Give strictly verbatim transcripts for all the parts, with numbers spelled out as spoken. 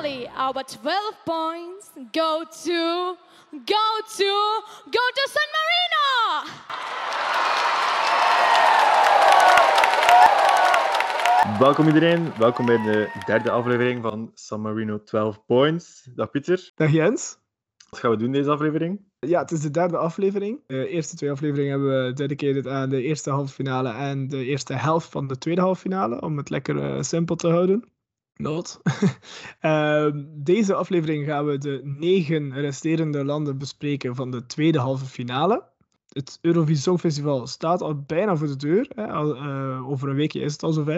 finally, our twelve points go to, go to, go to San Marino! Welkom iedereen, welkom bij de derde aflevering van San Marino twaalf Points. Dag Pieter. Dag Jens. Wat gaan we doen deze aflevering? Ja, het is de derde aflevering. De eerste twee afleveringen hebben we dedicated aan de eerste halve finale en de eerste helft van de tweede halve finale, om het lekker uh, simpel te houden. Not. uh, deze aflevering gaan we de negen resterende landen bespreken van de tweede halve finale. Het Eurovisie Songfestival staat al bijna voor de deur. Hè? Al, uh, over een weekje is het al zover.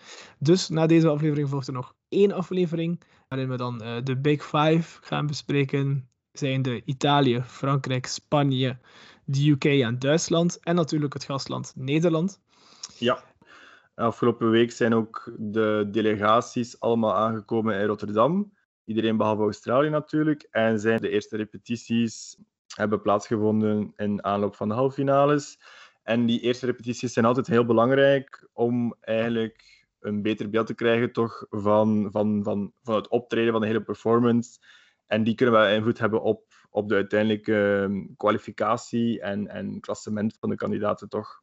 Dus na deze aflevering volgt er nog één aflevering, waarin we dan uh, de Big Five gaan bespreken. Zijn de Italië, Frankrijk, Spanje, de U K en Duitsland. En natuurlijk het gastland Nederland. Ja, afgelopen week zijn ook de delegaties allemaal aangekomen in Rotterdam. Iedereen behalve Australië natuurlijk. En zijn de eerste repetities hebben plaatsgevonden in aanloop van de halve finales. En die eerste repetities zijn altijd heel belangrijk om eigenlijk een beter beeld te krijgen toch van, van, van, van het optreden, van de hele performance. En die kunnen wel invloed hebben op, op de uiteindelijke kwalificatie en, en klassement van de kandidaten, toch?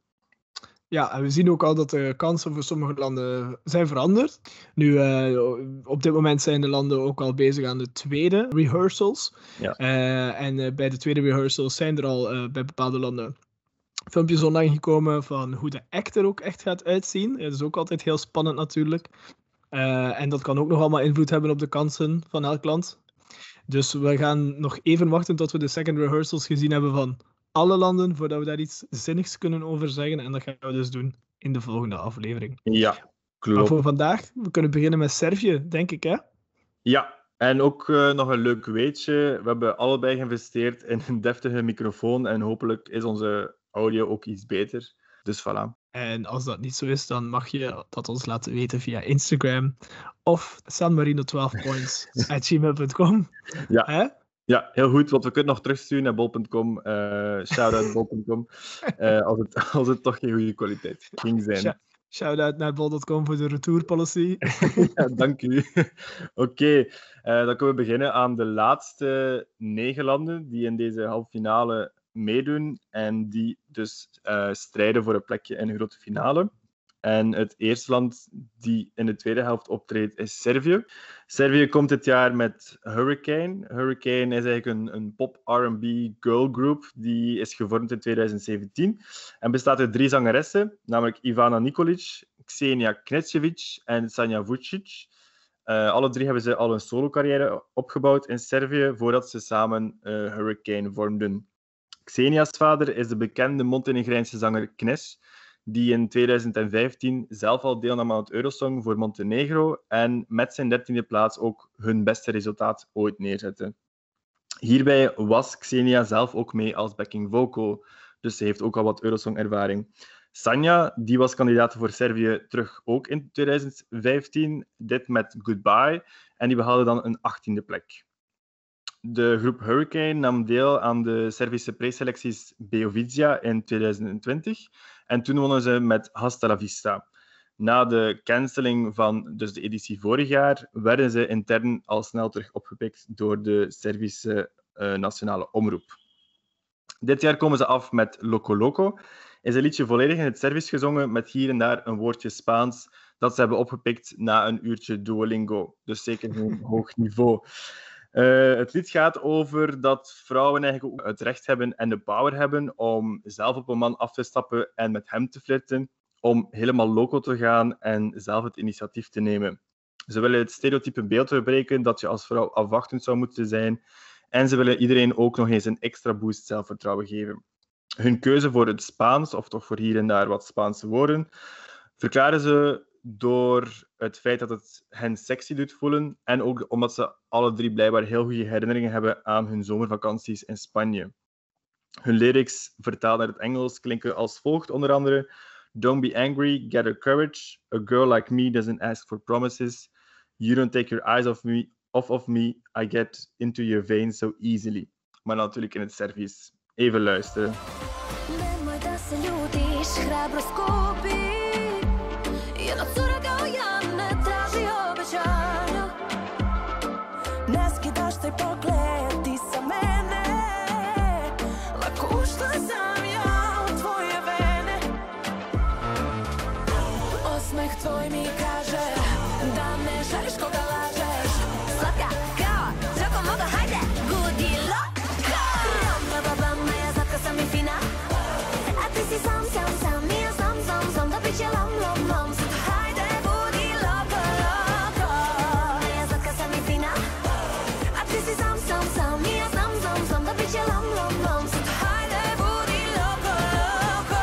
Ja, en we zien ook al dat de kansen voor sommige landen zijn veranderd. Nu, uh, op dit moment zijn de landen ook al bezig aan de tweede rehearsals. Ja. Uh, en uh, bij de tweede rehearsals zijn er al uh, bij bepaalde landen filmpjes online gekomen van hoe de act er ook echt gaat uitzien. Dat is ook altijd heel spannend natuurlijk. Uh, en dat kan ook nog allemaal invloed hebben op de kansen van elk land. Dus we gaan nog even wachten tot we de second rehearsals gezien hebben van alle landen, voordat we daar iets zinnigs kunnen over zeggen. En dat gaan we dus doen in de volgende aflevering. Ja, klopt. Maar voor vandaag, we kunnen beginnen met Servië, denk ik, hè? Ja, en ook uh, nog een leuk weetje. We hebben allebei geïnvesteerd in een deftige microfoon en hopelijk is onze audio ook iets beter. Dus voilà. En als dat niet zo is, dan mag je dat ons laten weten via Instagram of sanmarino twaalf points at gmail dot com. Ja. Hè? Ja, heel goed, want we kunnen nog terugsturen naar bol punt com. Uh, Shout-out bol punt com. Uh, als, het, als het toch geen goede kwaliteit ging zijn. Sh- Shout-out naar bol punt com voor de retour policy. Ja, dank u. Oké, okay, uh, dan kunnen we beginnen aan de laatste negen landen die in deze halve finale meedoen en die dus uh, strijden voor een plekje in de grote finale. En het eerste land die in de tweede helft optreedt is Servië. Servië komt dit jaar met Hurricane. Hurricane is eigenlijk een, een pop-R en B girlgroup die is gevormd in twintig zeventien en bestaat uit drie zangeressen, namelijk Ivana Nikolic, Ksenia Knežević en Sanja Vucic. Uh, alle drie hebben ze al een solo-carrière opgebouwd in Servië voordat ze samen uh, Hurricane vormden. Ksenia's vader is de bekende Montenegrijnse zanger Knes, die in twintig vijftien zelf al deelnam aan het Eurosong voor Montenegro en met zijn dertiende plaats ook hun beste resultaat ooit neerzette. Hierbij was Ksenia zelf ook mee als backing vocal, dus ze heeft ook al wat Eurosong-ervaring. Sanja, die was kandidaat voor Servië terug ook in twintig vijftien, dit met Goodbye, en die behaalde dan een achttiende plek. De groep Hurricane nam deel aan de Servische preselecties Beovidia in twintig twintig en toen wonnen ze met Hasta la Vista. Na de cancelling van dus de editie vorig jaar werden ze intern al snel terug opgepikt door de Servische uh, nationale omroep. Dit jaar komen ze af met Loco Loco. Is een liedje volledig in het Servisch gezongen met hier en daar een woordje Spaans dat ze hebben opgepikt na een uurtje Duolingo. Dus zeker een hoog niveau. Uh, het lied gaat over dat vrouwen eigenlijk ook het recht hebben en de power hebben om zelf op een man af te stappen en met hem te flirten, om helemaal loco te gaan en zelf het initiatief te nemen. Ze willen het stereotype beeld doorbreken dat je als vrouw afwachtend zou moeten zijn en ze willen iedereen ook nog eens een extra boost zelfvertrouwen geven. Hun keuze voor het Spaans, of toch voor hier en daar wat Spaanse woorden, verklaren ze door het feit dat het hen sexy doet voelen en ook omdat ze alle drie blijkbaar heel goede herinneringen hebben aan hun zomervakanties in Spanje. Hun lyrics, vertaald naar het Engels, klinken als volgt onder andere: Don't be angry, gather courage. A girl like me doesn't ask for promises. You don't take your eyes off me, off of me. I get into your veins so easily. Maar natuurlijk in het Servisch. Even luisteren. Ostaje pogled, ti sa mene. Lako ušla sam ja u tvoje vene. Osmeh tvoj mi kaže da ne želiš koga lažeš. Slatka kao čokomoga, hajde, gudi loka. Ram, bla, bla, bla, moja slatka sam i fina. A ti si sam, sam, sam, ja sam, sam, sam, da bit će lam, lam, lam. Sad hajde, budi loko, loko. Moja slatka sam i fina. A ti si sam, sam, sam, ja sam, sam, sam, da bit će lam, lam, lam. Sad hajde, budi loko, loko.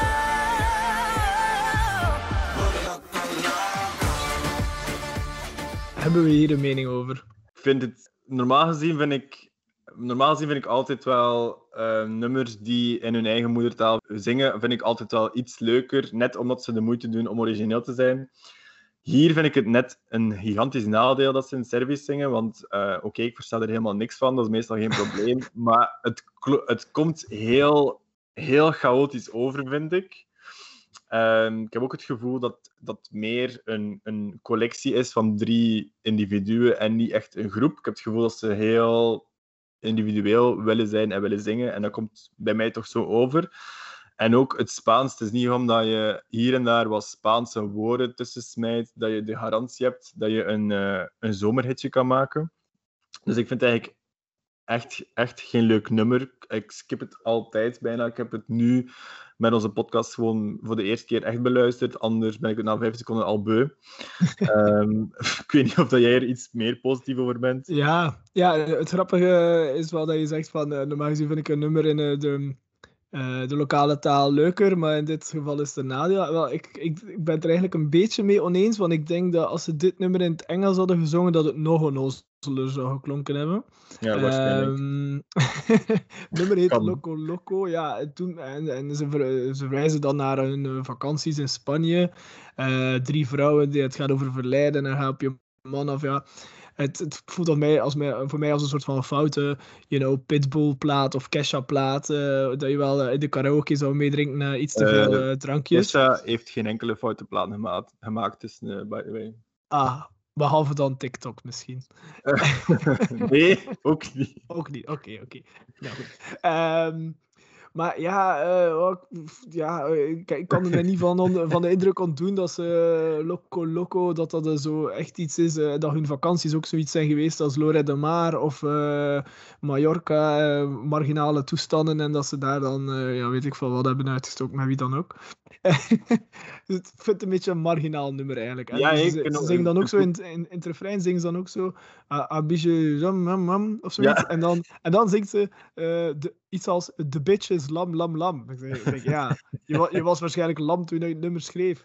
Hebben we hier een mening over? Ik vind het, normaal gezien vind ik, normaal gezien vind ik altijd wel uh, nummers die in hun eigen moedertaal zingen, vind ik altijd wel iets leuker, net omdat ze de moeite doen om origineel te zijn. Hier vind ik het net een gigantisch nadeel dat ze in Servisch zingen, want uh, oké, okay, ik versta er helemaal niks van, dat is meestal geen probleem, maar het, klo- het komt heel, heel chaotisch over, vind ik. Um, ik heb ook het gevoel dat dat meer een, een collectie is van drie individuen en niet echt een groep. Ik heb het gevoel dat ze heel individueel willen zijn en willen zingen. En dat komt bij mij toch zo over. En ook het Spaans. Het is niet omdat je hier en daar wat Spaanse woorden tussen smijt, dat je de garantie hebt dat je een, uh, een zomerhitje kan maken. Dus ik vind het eigenlijk echt, echt geen leuk nummer. Ik skip het altijd bijna. Ik heb het nu met onze podcast gewoon voor de eerste keer echt beluisterd. Anders ben ik het na vijf seconden al beu. um, ik weet niet of dat jij er iets meer positief over bent. Ja, ja, het grappige is wel dat je zegt van uh, normaal gezien vind ik een nummer in uh, de, uh, de lokale taal leuker, maar in dit geval is het een nadeel. Wel, ik, ik, ik ben het er eigenlijk een beetje mee oneens, want ik denk dat als ze dit nummer in het Engels hadden gezongen, dat het nog onnozeler zou geklonken hebben. Ja, waarschijnlijk. Um, het nummer heet Kan. Loco Loco, ja, en, toen, en, en ze, ver, ze verwijzen dan naar hun uh, vakanties in Spanje. Uh, drie vrouwen, die, het gaat over verleiden en ga op je man af, ja. Het, het voelt aan mij als mij, voor mij als een soort van foute, you know, Pitbull-plaat of Kesha-plaat, uh, dat je wel uh, in de karaoke zou meedrinken na uh, iets te veel uh, drankjes. Kesha heeft geen enkele foute plaat gemaakt, gemaakt dus, uh, by the way. Ah, behalve dan TikTok misschien. Nee, ook niet. Ook niet, oké, okay, oké. Okay. Nou goed. Um, maar ja, uh, ja ik, ik kan er mij niet van, on, van de indruk ontdoen dat ze uh, Loco Loco, dat dat uh, zo echt iets is, uh, dat hun vakanties ook zoiets zijn geweest als Lloret de Mar of uh, Mallorca, uh, marginale toestanden en dat ze daar dan, uh, ja, weet ik veel wat hebben uitgestoken, met wie dan ook. Ik vind het een beetje een marginaal nummer eigenlijk. Ja, dus ik ze, vind ze ook- zingen dan ook zo in, in, in het refrein zingen ze dan ook zo Abije Jam Mam Mam of zoiets. Ja. En, dan, en dan zingt ze uh, de, iets als The bitch is lam lam lam. Ik denk, ik denk, ja, je, wa, je was waarschijnlijk lam toen je het nummer schreef.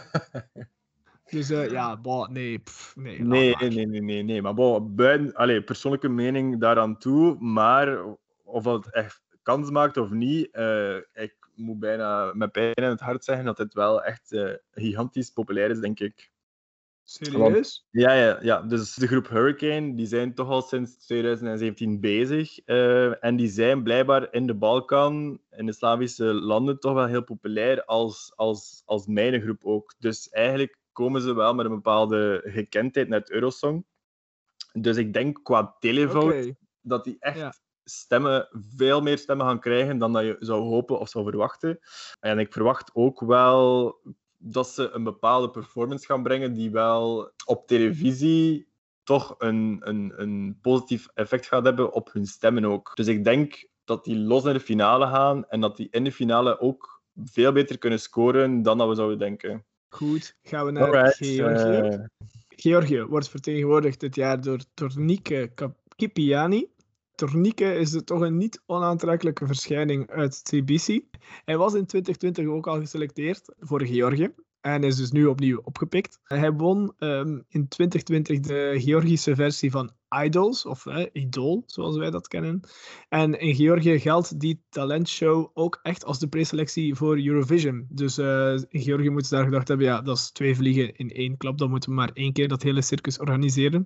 Dus uh, ja, boah, nee, pff, nee. laat Nee, maar. nee, nee, nee, nee. Maar bon, buiten, allee, persoonlijke mening daaraan toe, maar of dat het echt kans maakt of niet, uh, ik moet bijna met pijn in het hart zeggen dat dit wel echt uh, gigantisch populair is, denk ik. Serieus? Ja, ja, ja, dus de groep Hurricane, die zijn toch al sinds twintig zeventien bezig. Uh, en die zijn blijkbaar in de Balkan, in de Slavische landen, toch wel heel populair als, als, als mijn groep ook. Dus eigenlijk komen ze wel met een bepaalde gekendheid naar het Eurosong. Dus ik denk qua televote Oké. dat die echt Ja. stemmen, veel meer stemmen gaan krijgen dan dat je zou hopen of zou verwachten. En ik verwacht ook wel dat ze een bepaalde performance gaan brengen die wel op televisie toch een, een, een positief effect gaat hebben op hun stemmen ook. Dus ik denk dat die los naar de finale gaan en dat die in de finale ook veel beter kunnen scoren dan dat we zouden denken. Goed, gaan we naar Alright, Georgië. eh, Georgië wordt vertegenwoordigd dit jaar door Tornike Kap- Kipiani. Tornike is de toch een niet onaantrekkelijke verschijning uit Tbilisi. Hij was in twintig twintig ook al geselecteerd voor Georgië en is dus nu opnieuw opgepikt. Hij won um, in twintig twintig de Georgische versie van Idols, of eh, Idol, zoals wij dat kennen. En in Georgië geldt die talentshow ook echt als de preselectie voor Eurovision. Dus uh, in Georgië moeten ze daar gedacht hebben, ja, dat is twee vliegen in één klap, dan moeten we maar één keer dat hele circus organiseren.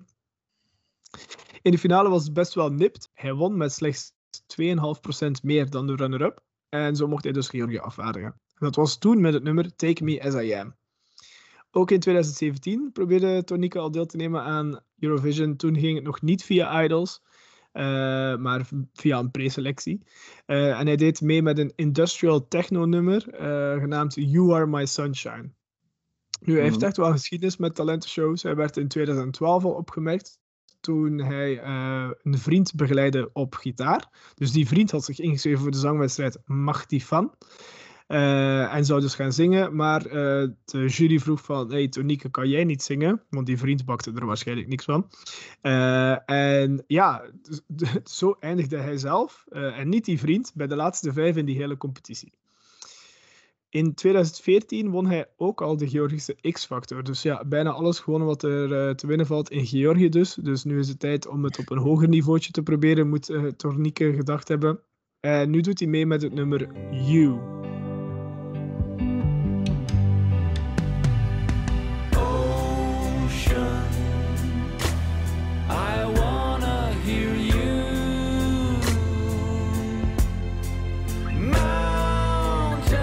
In de finale was het best wel nipt. Hij won met slechts twee komma vijf procent meer dan de runner-up. En zo mocht hij dus Georgië afvaardigen. En dat was toen met het nummer Take Me As I Am. Ook in twintig zeventien probeerde Tornike al deel te nemen aan Eurovision. Toen ging het nog niet via Idols. uh, maar via een preselectie. Uh, en hij deed mee met een industrial techno-nummer, uh, genaamd You Are My Sunshine. Nu, hij heeft Mhm. echt wel geschiedenis met talentenshows. Hij werd in twintig twaalf al opgemerkt, toen hij uh, een vriend begeleidde op gitaar. Dus die vriend had zich ingeschreven voor de zangwedstrijd Machtifan. Uh, en zou dus gaan zingen, maar uh, de jury vroeg van, hey Tonieke, kan jij niet zingen? Want die vriend bakte er waarschijnlijk niks van. Uh, en ja, d- d- zo eindigde hij zelf, uh, en niet die vriend, bij de laatste vijf in die hele competitie. In twintig veertien won hij ook al de Georgische X-Factor. Dus ja, bijna alles gewonnen wat er uh, te winnen valt in Georgië dus. Dus nu is het tijd om het op een hoger niveautje te proberen, moet uh, Tonieke gedacht hebben. En nu doet hij mee met het nummer You. Ocean, I wanna hear you. Mountain,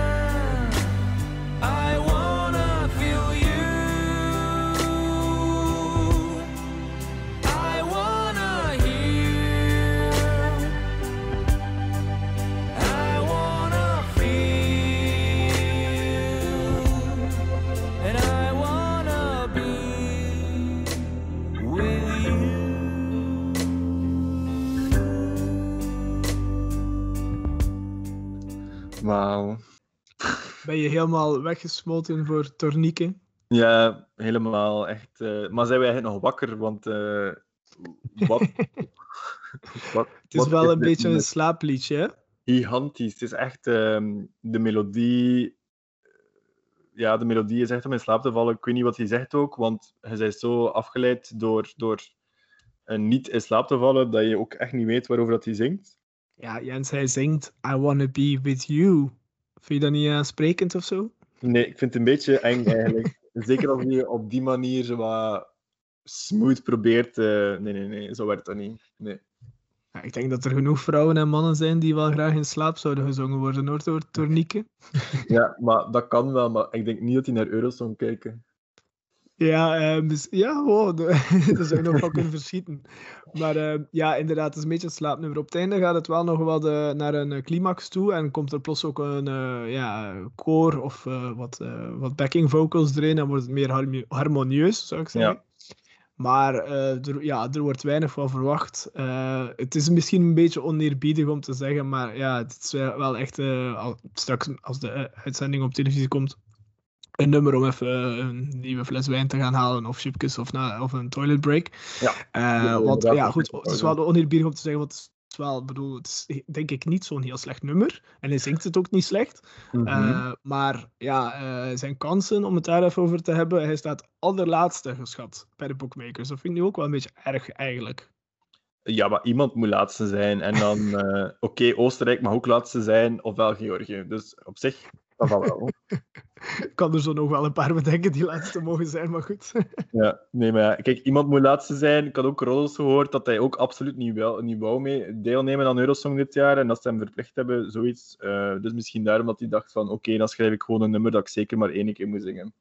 I wanna feel you. I wanna hear. I wanna feel. And I wanna be with you. Wauw. Ben je helemaal weggesmolten voor Tonieke? Ja, helemaal echt. eh, Maar zijn we eigenlijk nog wakker? Want eh, wat, wat, Het is wat wel een dit beetje een nummer? slaapliedje, hè? Gigantisch. Het is echt ehm, de melodie. Ja, de melodie is echt om in slaap te vallen. Ik weet niet wat hij zegt ook, want hij is zo afgeleid door, door eh, niet in slaap te vallen dat je ook echt niet weet waarover dat hij zingt. Ja, Jens, hij zingt I wanna be with you. Vind je dat niet aansprekend of zo? Nee, ik vind het een beetje eng eigenlijk. Zeker als je op die manier zo wat smooth probeert. eh, nee, nee, nee, zo werkt dat niet. Nee. Ja, ik denk dat er genoeg vrouwen en mannen zijn die wel graag in slaap zouden gezongen worden, hoor, door Tonieke. Ja, maar dat kan wel, maar ik denk niet dat hij naar Eurosong kijken. Ja, eh, dus, ja oh, de- daar zou je nog van kunnen verschieten. Maar eh, ja, inderdaad, het is een beetje een slaapnummer. Op het einde gaat het wel nog wel de, naar een eh, climax toe en komt er plots ook een eh, ja, koor of eh, wat, eh, wat backing vocals erin en wordt het meer harmo- harmonieus, zou ik zeggen. Ja. Maar eh, er, ja, er wordt weinig van verwacht. Eh, het is misschien een beetje oneerbiedig om te zeggen, maar ja, het is wel echt, eh, al- straks als de eh, uitzending op televisie komt, een nummer om even eh, een nieuwe fles wijn te gaan halen, of chipjes, of, na, of een toilet break. Ja. Eh, Ja, want inderdaad, ja, dat goed, is wel het is zo. wel oneerbiedig om te zeggen, want het is wel, bedoel, het is denk ik niet zo'n heel slecht nummer. En hij zingt het ook niet slecht. Mhm. Uh, maar ja, uh, zijn kansen, om het daar even over te hebben, hij staat allerlaatste geschat bij de bookmakers. Dat vind ik nu ook wel een beetje erg, eigenlijk. Ja, maar iemand moet laatste zijn. En dan, uh, oké, okay, Oostenrijk mag ook laatste zijn, ofwel Georgië. Dus op zich, dat valt wel. Ik kan er zo nog wel een paar bedenken die laatste mogen zijn, maar goed. Ja, nee, maar ja, kijk, iemand moet laatste zijn. Ik had ook Rodos gehoord dat hij ook absoluut niet, wel, niet wou mee deelnemen aan Eurosong dit jaar. En dat ze hem verplicht hebben, zoiets. Uh, dus misschien daarom dat hij dacht van, oké, okay, dan schrijf ik gewoon een nummer dat ik zeker maar één keer moet zingen.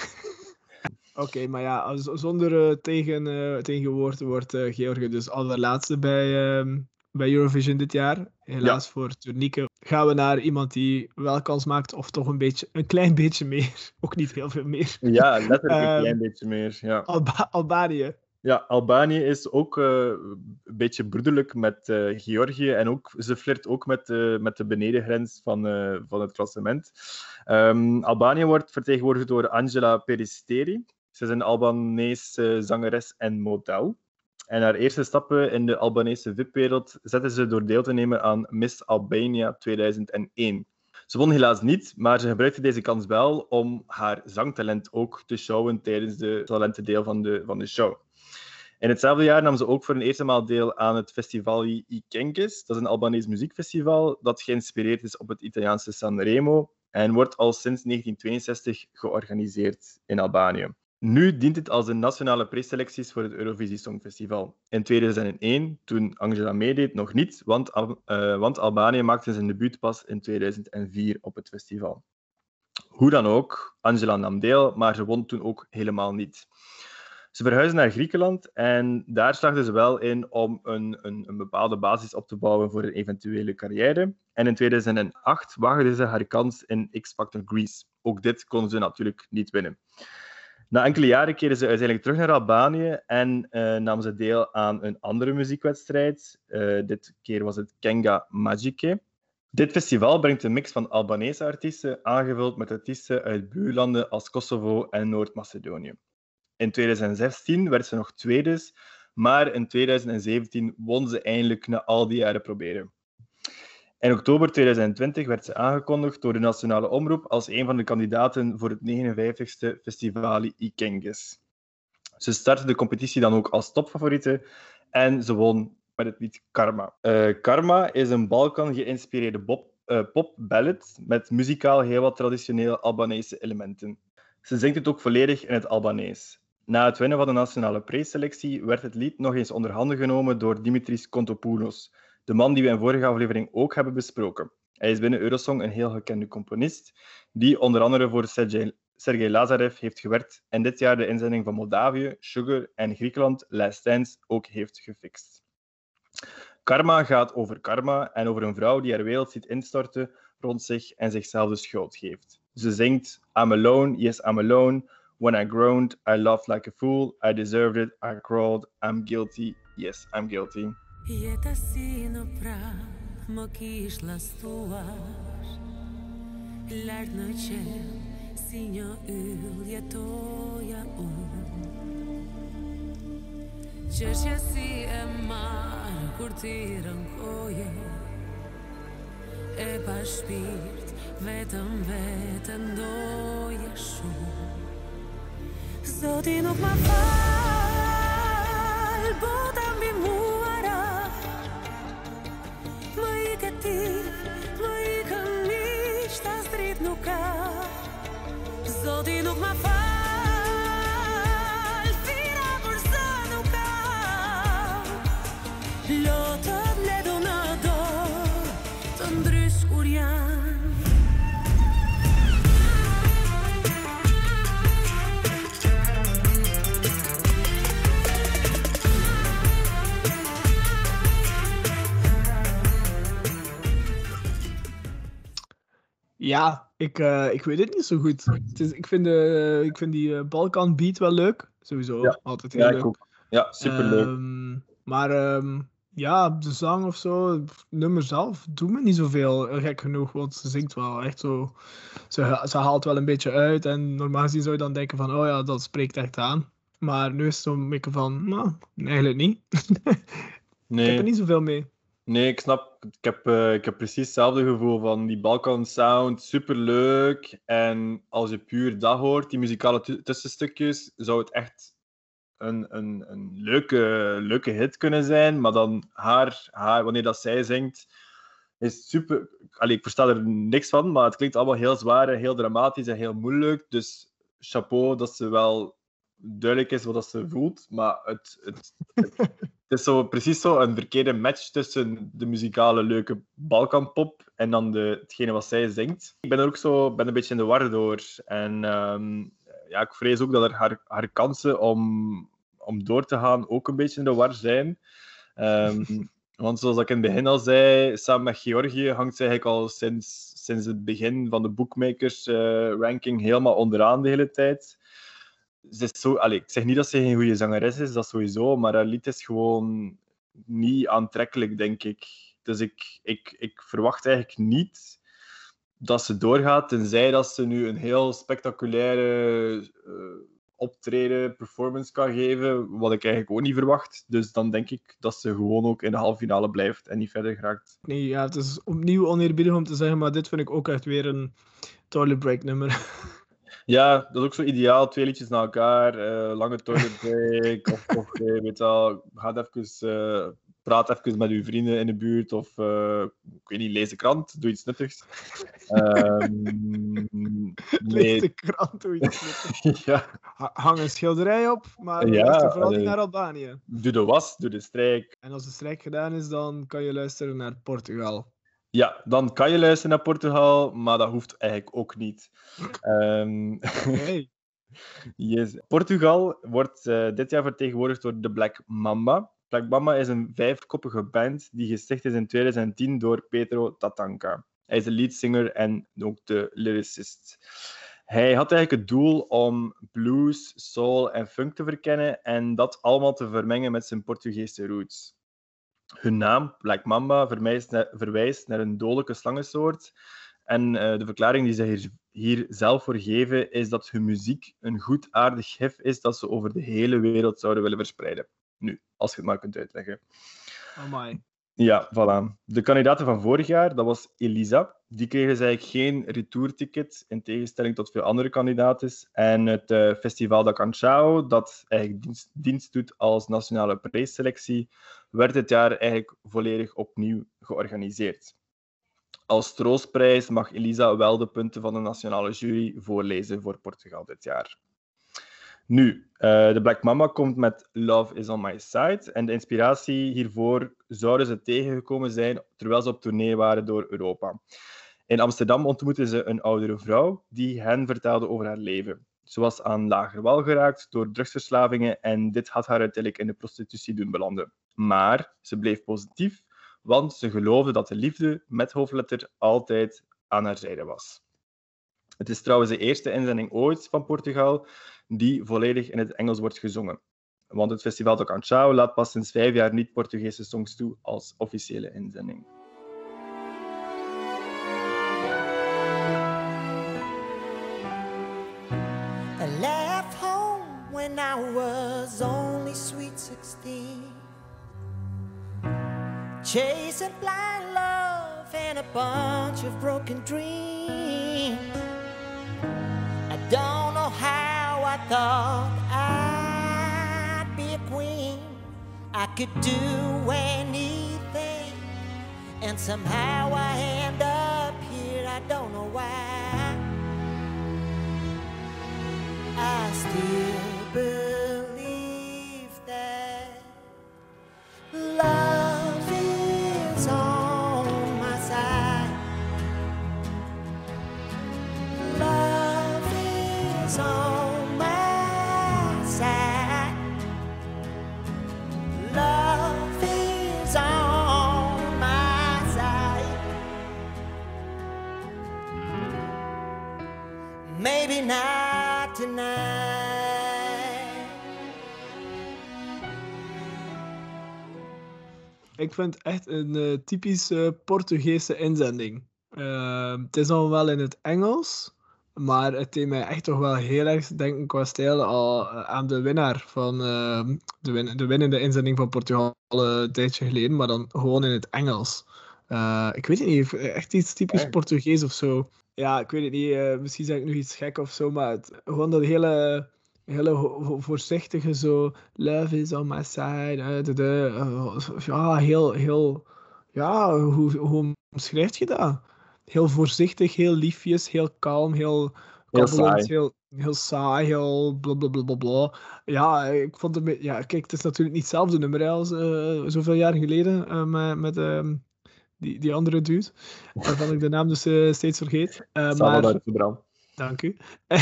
Oké, okay, maar ja, als, zonder uh, tegen, uh, tegenwoord wordt uh, Georgië dus allerlaatste bij, uh, bij Eurovision dit jaar. Helaas ja. Voor Tonieke gaan we naar iemand die wel kans maakt, of toch een beetje, een klein beetje meer. Ook niet heel veel meer. Ja, letterlijk een uh, klein beetje meer. Ja. Alba- Albanië. Ja, Albanië is ook uh, een beetje broederlijk met uh, Georgië en ook, ze flirt ook met, uh, met de benedengrens van, uh, van het klassement. Um, Albanië wordt vertegenwoordigd door Angela Peristeri. Ze is een Albanese zangeres en model. En haar eerste stappen in de Albanese V I P-wereld zette ze door deel te nemen aan Miss Albania tweeduizend één. Ze won helaas niet, maar ze gebruikte deze kans wel om haar zangtalent ook te showen tijdens de talentendeel van de, van de show. In hetzelfde jaar nam ze ook voor de eerste maal deel aan het festival I Kenges. Dat is een Albanese muziekfestival dat geïnspireerd is op het Italiaanse Sanremo en wordt al sinds negentien tweeënzestig georganiseerd in Albanië. Nu dient het als de nationale preselecties voor het Eurovisie Songfestival. In tweeduizend één, toen Angela meedeed, nog niet, want, uh, want Albanië maakte zijn debuut pas in tweeduizend vier op het festival. Hoe dan ook, Angela nam deel, maar ze won toen ook helemaal niet. Ze verhuisden naar Griekenland en daar slaagden ze wel in om een, een, een bepaalde basis op te bouwen voor een eventuele carrière. En in tweeduizend acht waagden ze haar kans in X Factor Greece. Ook dit konden ze natuurlijk niet winnen. Na enkele jaren keerden ze uiteindelijk terug naar Albanië en uh, namen ze deel aan een andere muziekwedstrijd. Uh, dit keer was het Kenga Magike. Dit festival brengt een mix van Albanese artiesten, aangevuld met artiesten uit buurlanden als Kosovo en Noord-Macedonië. In tweeduizend zestien werd ze nog tweede, maar in tweeduizend zeventien won ze eindelijk na al die jaren proberen. In oktober tweeduizend twintig werd ze aangekondigd door de Nationale Omroep als een van de kandidaten voor het negenenvijftigste Festivali Ikenges. Ze startte de competitie dan ook als topfavoriete en ze won met het lied Karma. Uh, Karma is een Balkan-geïnspireerde pop, uh, pop-ballad met muzikaal heel wat traditionele Albanese elementen. Ze zingt het ook volledig in het Albanees. Na het winnen van de nationale preselectie werd het lied nog eens onder handen genomen door Dimitris Kontopoulos, de man die we in vorige aflevering ook hebben besproken. Hij is binnen Eurosong een heel gekende componist, die onder andere voor Sergej, Sergej Lazarev heeft gewerkt en dit jaar de inzending van Moldavië, Sugar en Griekenland Last Dance ook heeft gefixt. Karma gaat over karma en over een vrouw die haar wereld ziet instorten rond zich en zichzelf de schuld geeft. Ze zingt I'm alone, yes I'm alone. When I groaned, I laughed like a fool. I deserved it, I crawled. I'm guilty, yes I'm guilty. Jeta si në pran, më kish lastuar Lart në qel, si një yll jetoja unë Qështje si e marë, kur ti rënkoje E pa shpirt, vetëm vetën doje shumë Zoti nuk ma fal, bota mbi muara Më ike ti, më ike miq, ta strit nuk ka Zoti nuk ma fal, fira për zë nuk ka Lotët ledu në dorë, të ndrysh kur janë Ja, ik, uh, ik weet het niet zo goed. Het is, ik, vind de, ik vind die uh, Balkan beat wel leuk. Sowieso, Ja. altijd heel Ja, leuk. ik ook. Ja, superleuk. Ehm, maar ehm, ja, de zang of zo, het nummer zelf, doet me niet zoveel, eh, gek genoeg. Want ze zingt wel echt zo, ze, ze haalt wel een beetje uit. En normaal gezien zou je dan denken van, oh ja, dat spreekt echt aan. Maar nu is het zo'n beetje van, nou, eigenlijk niet. Ik heb Nee. er niet zoveel mee. Nee, ik snap. Ik heb, eh, ik heb precies hetzelfde gevoel van die Balkan sound, superleuk. En als je puur dat hoort, die muzikale tu- tussenstukjes, zou het echt een, een, een leuke, leuke hit kunnen zijn. Maar dan haar, haar, wanneer dat zij zingt, is super. Allee, ik versta er niks van, maar het klinkt allemaal heel zwaar en heel dramatisch en heel moeilijk. Dus chapeau dat ze wel duidelijk is wat dat ze voelt. Maar het, het, het, het is zo, precies zo een verkeerde match tussen de muzikale leuke Balkanpop en dan de, hetgene wat zij zingt. Ik ben er ook zo ben een beetje in de war door. En ehm, ja, ik vrees ook dat er haar, haar kansen om, om door te gaan ook een beetje in de war zijn. Ehm, want zoals ik in het begin al zei, samen met Georgië hangt zij eigenlijk al sinds, sinds het begin van de bookmakers eh, ranking helemaal onderaan de hele tijd. Ze is zo, allee, ik zeg niet dat ze geen goede zangeres is, dat sowieso, maar haar lied is gewoon niet aantrekkelijk, denk ik. Dus ik, ik, ik verwacht eigenlijk niet dat ze doorgaat, tenzij dat ze nu een heel spectaculaire uh, optreden, performance kan geven, wat ik eigenlijk ook niet verwacht. Dus dan denk ik dat ze gewoon ook in de halve finale blijft en niet verder geraakt. Nee, ja, het is opnieuw oneerbiedig om te zeggen, maar dit vind ik ook echt weer een toilet break nummer. Ja, dat is ook zo ideaal. Twee liedjes na elkaar, uh, lange toilet break. of of uh, weet je wel, ga even, uh, praat even met uw vrienden in de buurt. Of, uh, ik weet niet, lees de krant, doe iets nuttigs. um, Lees de krant, doe iets nuttigs. Ja. Ha- Hang een schilderij op, maar Ja, luister vooral niet allee. naar Albanië. Doe de was, doe de strijk. En als de strijk gedaan is, dan kan je luisteren naar Portugal. Ja, dan kan je luisteren naar Portugal, maar dat hoeft eigenlijk ook niet. Um, Hey, Yes. Portugal wordt uh, dit jaar vertegenwoordigd door de Black Mamba. Black Mamba is een vijfkoppige band die gesticht is in twintig tien door Pedro Tatanka. Hij is de leadzanger en ook de lyricist. Hij had eigenlijk het doel om blues, soul en funk te verkennen en dat allemaal te vermengen met zijn Portugese roots. Hun naam, Black Mamba, verwijst naar, verwijst naar een dodelijke slangensoort. En uh, de verklaring die ze hier, hier zelf voor geven is dat hun muziek een goedaardig gif is dat ze over de hele wereld zouden willen verspreiden. Nu, als je het maar kunt uitleggen. Amai. Ja, voilà. De kandidaten van vorig jaar, dat was Elisa. Die kreeg dus eigenlijk geen retourticket, in tegenstelling tot veel andere kandidaten. En het uh, Festival da Canção, dat eigenlijk dienst, dienst doet als nationale prijsselectie, werd dit jaar eigenlijk volledig opnieuw georganiseerd. Als troostprijs mag Elisa wel de punten van de nationale jury voorlezen voor Portugal dit jaar. Nu, uh, de Black Mamba komt met Love is on my side. En de inspiratie hiervoor zouden ze tegengekomen zijn terwijl ze op tournee waren door Europa. In Amsterdam ontmoetten ze een oudere vrouw die hen vertelde over haar leven. Ze was aan lager wal geraakt door drugsverslavingen en dit had haar uiteindelijk in de prostitutie doen belanden. Maar ze bleef positief, want ze geloofde dat de liefde met hoofdletter altijd aan haar zijde was. Het is trouwens de eerste inzending ooit van Portugal die volledig in het Engels wordt gezongen. Want het Festival da Canção laat pas sinds vijf jaar niet Portugese songs toe als officiële inzending. I left home when I was only sweet sixteen, chasing blind love and a bunch of broken dreams. I don't know how I thought I'd be a queen. I could do anything, and somehow I end up here. I don't know why. I still believe that love is on my side. Love is on my side. Love is on my side. Maybe not tonight. Ik vind het echt een uh, typische Portugese inzending. Uh, het is dan wel in het Engels, maar het deed mij echt toch wel heel erg denken qua stijl al uh, aan de winnaar van uh, de, win de winnende inzending van Portugal uh, een tijdje geleden, maar dan gewoon in het Engels. Uh, ik weet het niet, echt iets typisch Echt? Portugees of zo. Ja, ik weet het niet, uh, misschien zeg ik nu iets gek of zo, maar het, gewoon dat hele... hele ho- voorzichtige zo, love is on my side, uh, de, de, uh, ja, heel, heel, ja, hoe, hoe omschrijf je dat? Heel voorzichtig, heel liefjes, heel kalm, heel Heel kabbelend, saai. heel, heel saai, heel blablabla. Ja, ik vond het, een be- ja, kijk, het is natuurlijk niet hetzelfde nummer hè, als uh, zoveel jaar geleden uh, met, met um, die, die andere dude, waarvan ik de naam dus uh, steeds vergeet. Uh, Samen maar, uit de brand. dank u.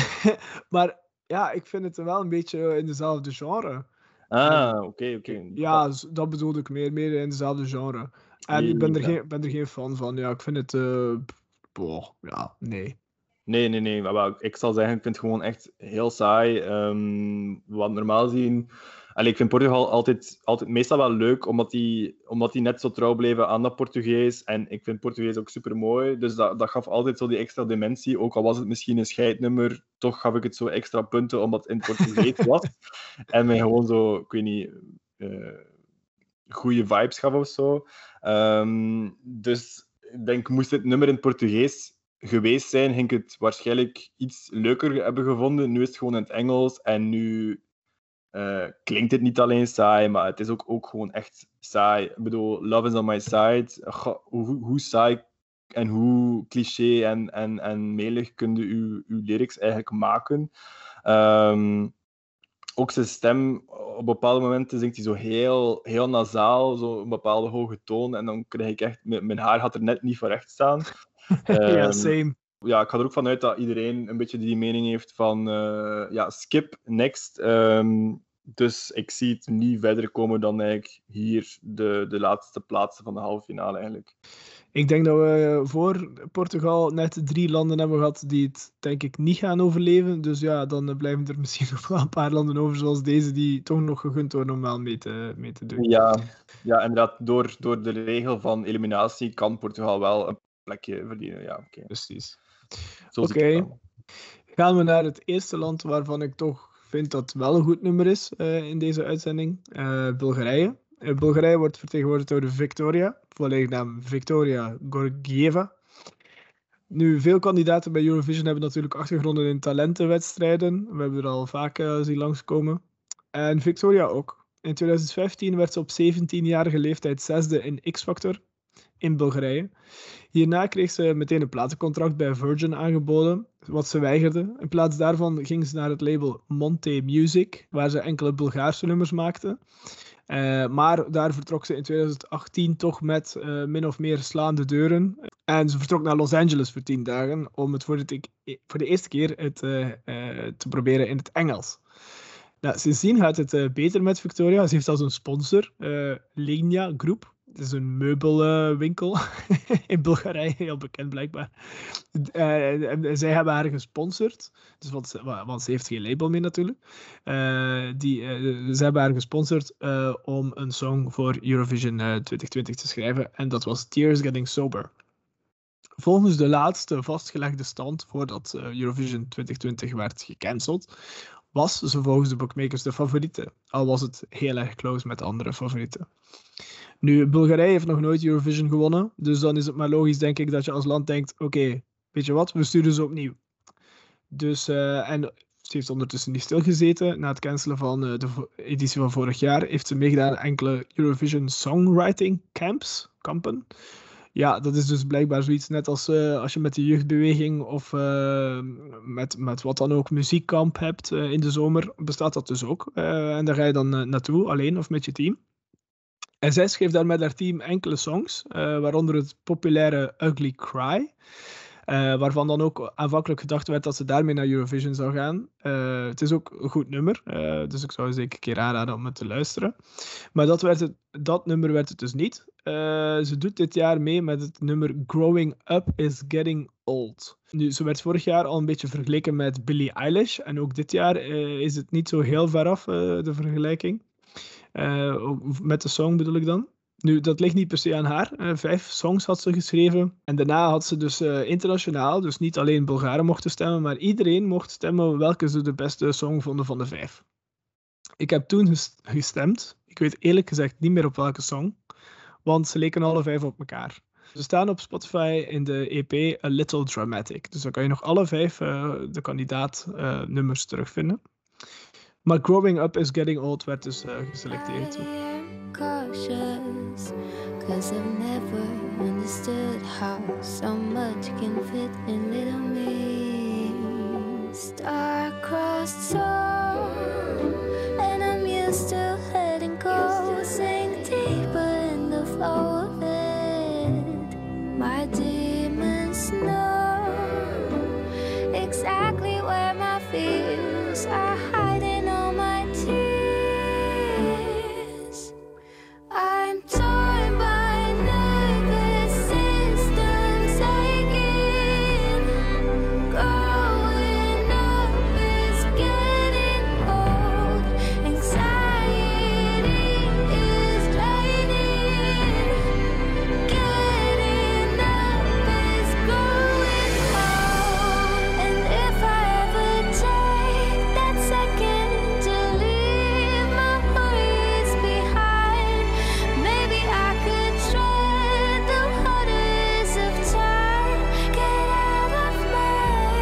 maar ja, ik vind het wel een beetje in dezelfde genre. Ah, oké, oké. Ja, z- dat bedoelde ik meer, meer in dezelfde genre. En ik ben er, Ja. geen, ben er geen fan van. Ja, ik vind het... eh, boah, ja, nee. Nee, nee, nee. Maar wel, ik zal zeggen, ik vind het gewoon echt heel saai. Um, wat normaal zien... Allee, ik vind Portugal altijd, altijd meestal wel leuk, omdat die, omdat die net zo trouw bleven aan dat Portugees. En ik vind Portugees ook super mooi. Dus dat, dat gaf altijd zo die extra dimensie. Ook al was het misschien een scheidnummer, toch gaf ik het zo extra punten, omdat het in het Portugees was. En mij gewoon zo, ik weet niet, uh, goede vibes gaf of zo. Um, dus ik denk, moest het nummer in het Portugees geweest zijn, ging ik het waarschijnlijk iets leuker hebben gevonden. Nu is het gewoon in het Engels en nu uh, klinkt het niet alleen saai, maar het is ook, ook gewoon echt saai. Ik bedoel, Love is on my side. Goh, hoe, hoe saai en hoe cliché en, en, en melig kun je uw, uw lyrics eigenlijk maken. Um, ook zijn stem, op bepaalde momenten zingt hij zo heel, heel nasaal, zo een bepaalde hoge toon. En dan krijg ik echt... Mijn mijn haar had er net niet voor recht staan. ja, Um, same. ja, ik ga er ook vanuit dat iedereen een beetje die mening heeft van uh, ja, skip, next. Um, dus ik zie het niet verder komen dan eigenlijk hier de, de laatste plaatsen van de halve finale eigenlijk. Ik denk dat we voor Portugal net drie landen hebben gehad die het denk ik niet gaan overleven. Dus ja, dan blijven er misschien nog wel een paar landen over zoals deze die toch nog gegund worden om wel mee te, mee te doen. Ja, ja inderdaad. Door, door de regel van eliminatie kan Portugal wel een plekje verdienen. Ja, oké. Okay. Precies. Oké. Okay. Gaan we naar het eerste land waarvan ik toch vind dat het wel een goed nummer is uh, in deze uitzending. Uh, Bulgarije. Uh, Bulgarije wordt vertegenwoordigd door de Victoria. Volledig naam Victoria Gorgieva. Nu, veel kandidaten bij Eurovision hebben natuurlijk achtergronden in talentenwedstrijden. We hebben er al vaak uh, zien langskomen. En Victoria ook. In twintig vijftien werd ze op zeventienjarige leeftijd zesde in X-Factor in Bulgarije. Hierna kreeg ze meteen een platencontract bij Virgin aangeboden, wat ze weigerde. In plaats daarvan ging ze naar het label Monte Music, waar ze enkele Bulgaarse nummers maakte. Uh, maar daar vertrok ze in twintig achttien toch met uh, min of meer slaande deuren. En ze vertrok naar Los Angeles voor tien dagen om het voor, het, voor de eerste keer het, uh, uh, te proberen in het Engels. Nou, sindsdien gaat het uh, beter met Victoria. Ze heeft als een sponsor uh, Legna Groep. Het is een meubelwinkel uh, in Bulgarije, heel bekend blijkbaar. Uh, en zij hebben haar gesponsord. Dus want, ze, want ze heeft geen label meer natuurlijk. Uh, die, uh, ze hebben haar gesponsord uh, om een song voor Eurovision uh, twintig twintig te schrijven. En dat was Tears Getting Sober. Volgens de laatste vastgelegde stand voordat uh, Eurovision twintig twintig werd gecanceld, was ze volgens de bookmakers de favoriete. Al was het heel erg close met andere favorieten. Nu, Bulgarije heeft nog nooit Eurovision gewonnen. Dus dan is het maar logisch, denk ik, dat je als land denkt, oké, okay, weet je wat, we sturen ze opnieuw. Dus, uh, en ze heeft ondertussen niet stilgezeten. Na het cancelen van uh, de editie van vorig jaar heeft ze meegedaan aan enkele Eurovision Songwriting Camps, kampen. Ja, dat is dus blijkbaar zoiets net als uh, als je met de jeugdbeweging of uh, met, met wat dan ook muziekkamp hebt uh, in de zomer, bestaat dat dus ook. Uh, en daar ga je dan uh, naartoe, alleen of met je team. En zij schreef daar met haar team enkele songs, uh, waaronder het populaire Ugly Cry. Uh, waarvan dan ook aanvankelijk gedacht werd dat ze daarmee naar Eurovision zou gaan. Uh, het is ook een goed nummer, uh, dus ik zou zeker een keer aanraden om het te luisteren. Maar dat, werd het, dat nummer werd het dus niet. Uh, ze doet dit jaar mee met het nummer Growing Up is Getting Old. Nu, ze werd vorig jaar al een beetje vergeleken met Billie Eilish. En ook dit jaar uh, is het niet zo heel ver af, uh, de vergelijking. Uh, met de song bedoel ik dan. Nu, dat ligt niet per se aan haar. Uh, vijf songs had ze geschreven. En daarna had ze dus uh, internationaal, dus niet alleen Bulgaren mochten stemmen, maar iedereen mocht stemmen welke ze de beste song vonden van de vijf. Ik heb toen ges- gestemd. Ik weet eerlijk gezegd niet meer op welke song, want ze leken alle vijf op elkaar. Ze staan op Spotify in de E P A Little Dramatic. Dus dan kan je nog alle vijf uh, de kandidaat uh, nummers terugvinden. Maar Growing Up is Getting Old werd dus uh, geselecteerd. Cautious, 'cause I've never understood how so much can fit in little me. Star-crossed soul, and I'm used to letting go. Sink deeper in the flow of it. My demons know exactly where my fears are hiding. I'm torn by nervous systems aching. Growing up is getting old. Anxiety is draining. Getting up is growing old. And if I ever take that second to leave my worries behind, maybe I could tread the waters of time, get out of my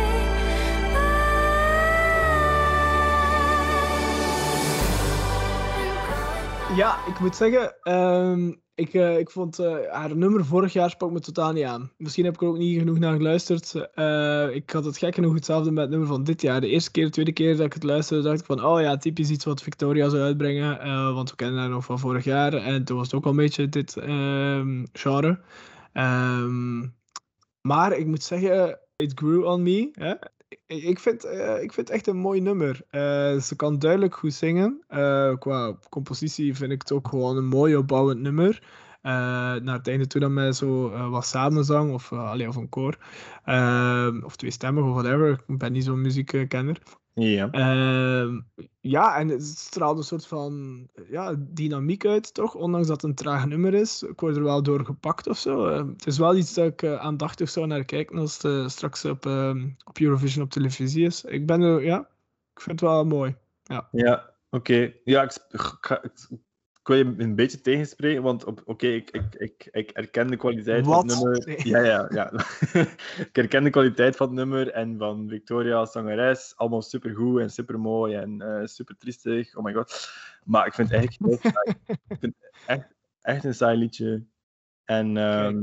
mind. Ja, ik moet zeggen, um, ik, uh, ik vond uh, haar nummer vorig jaar sprak me totaal niet aan. Misschien heb ik er ook niet genoeg naar geluisterd. Uh, ik had het gek genoeg hetzelfde met het nummer van dit jaar. De eerste keer, de tweede keer dat ik het luisterde, dacht ik van, oh ja, typisch iets wat Victoria zou uitbrengen. Uh, want we kennen haar nog van vorig jaar. En toen was het ook al een beetje dit um, genre. Um, maar ik moet zeggen, It Grew On Me. Hè? Ik, ik, vind, uh, ik vind het echt een mooi nummer. Uh, ze kan duidelijk goed zingen. Uh, qua compositie vind ik het ook gewoon een mooi opbouwend nummer. Uh, naar het einde toe dat mij zo uh, wat samenzang of, uh, allee, of een koor. Uh, of tweestemmig of whatever. Ik ben niet zo'n muziekkenner. Ja. Uh, ja, en het straalt een soort van ja, dynamiek uit, toch? Ondanks dat het een traag nummer is. Ik word er wel door gepakt of zo. Uh, het is wel iets dat ik uh, aandachtig zou naar kijken als het uh, straks op, uh, op Eurovision op televisie is. Ik ben er, ja, ik vind het wel mooi. Ja, Ja, oké. Okay. Ja, ik, ik, ga- ik, ik wil je een beetje tegenspreken, want oké, okay, ik, ik, ik, ik herken de kwaliteit Wat? van het nummer. Nee. Ja, ja, ja. Ik herken de kwaliteit van het nummer en van Victoria als zangeres. Allemaal supergoed en supermooi en uh, super triestig. Oh my god. Maar ik vind het eigenlijk heel saai. Ik vind het echt, echt een saai liedje. En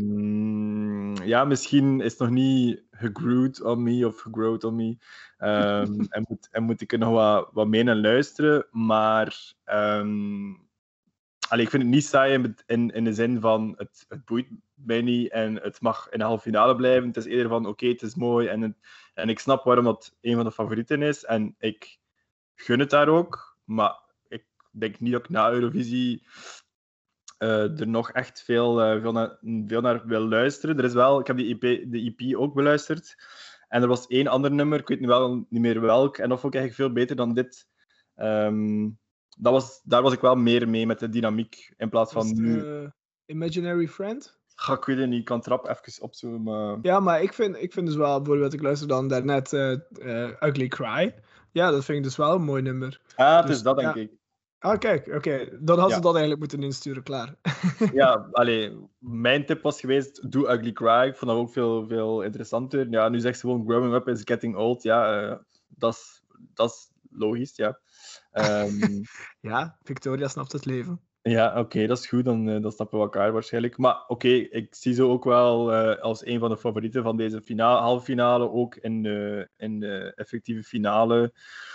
um, ja, misschien is het nog niet gegrowd on me of gegrowd on me. Um, en, moet, en moet ik er nog wat, wat mee naar luisteren. Maar um, allee, ik vind het niet saai in, in, in de zin van het, het boeit mij niet en het mag in de halve finale blijven. Het is eerder van oké, okay, het is mooi en, het, en ik snap waarom dat een van de favorieten is. En ik gun het daar ook. Maar ik denk niet dat ik na Eurovisie Uh, er nog echt veel, uh, veel, naar, veel naar wil luisteren. Er is wel, ik heb die E P, de E P ook beluisterd. En er was één ander nummer, ik weet nu wel niet meer welk. En dat vond ik eigenlijk veel beter dan dit. Um, dat was, daar was ik wel meer mee met de dynamiek. In plaats van is het, nu... uh, Imaginary Friend? Ga, ik weet het niet, ik kan trap even opzoeken. Maar... Ja, maar ik vind, ik vind dus wel, bijvoorbeeld, ik luisterde dan daarnet uh, uh, Ugly Cry. Ja, dat vind ik dus wel een mooi nummer. Ah, het Dus, is dat, denk ja. ik. Ah, kijk, oké. Okay. Dan had Ja. ze dat eigenlijk moeten insturen, klaar. Ja, allee, mijn tip was geweest, doe Ugly Cry. Ik vond dat ook veel, veel interessanter. Ja, nu zegt ze gewoon, growing up is getting old. Ja, uh, dat is dat is logisch, ja. Um, Ja, Victoria snapt het leven. ja, oké, okay, dat is goed. Dan, uh, dan snappen we elkaar waarschijnlijk. Maar oké, okay, ik zie ze ook wel uh, als een van de favorieten van deze finale, halve finale. Ook in de, in de effectieve finale.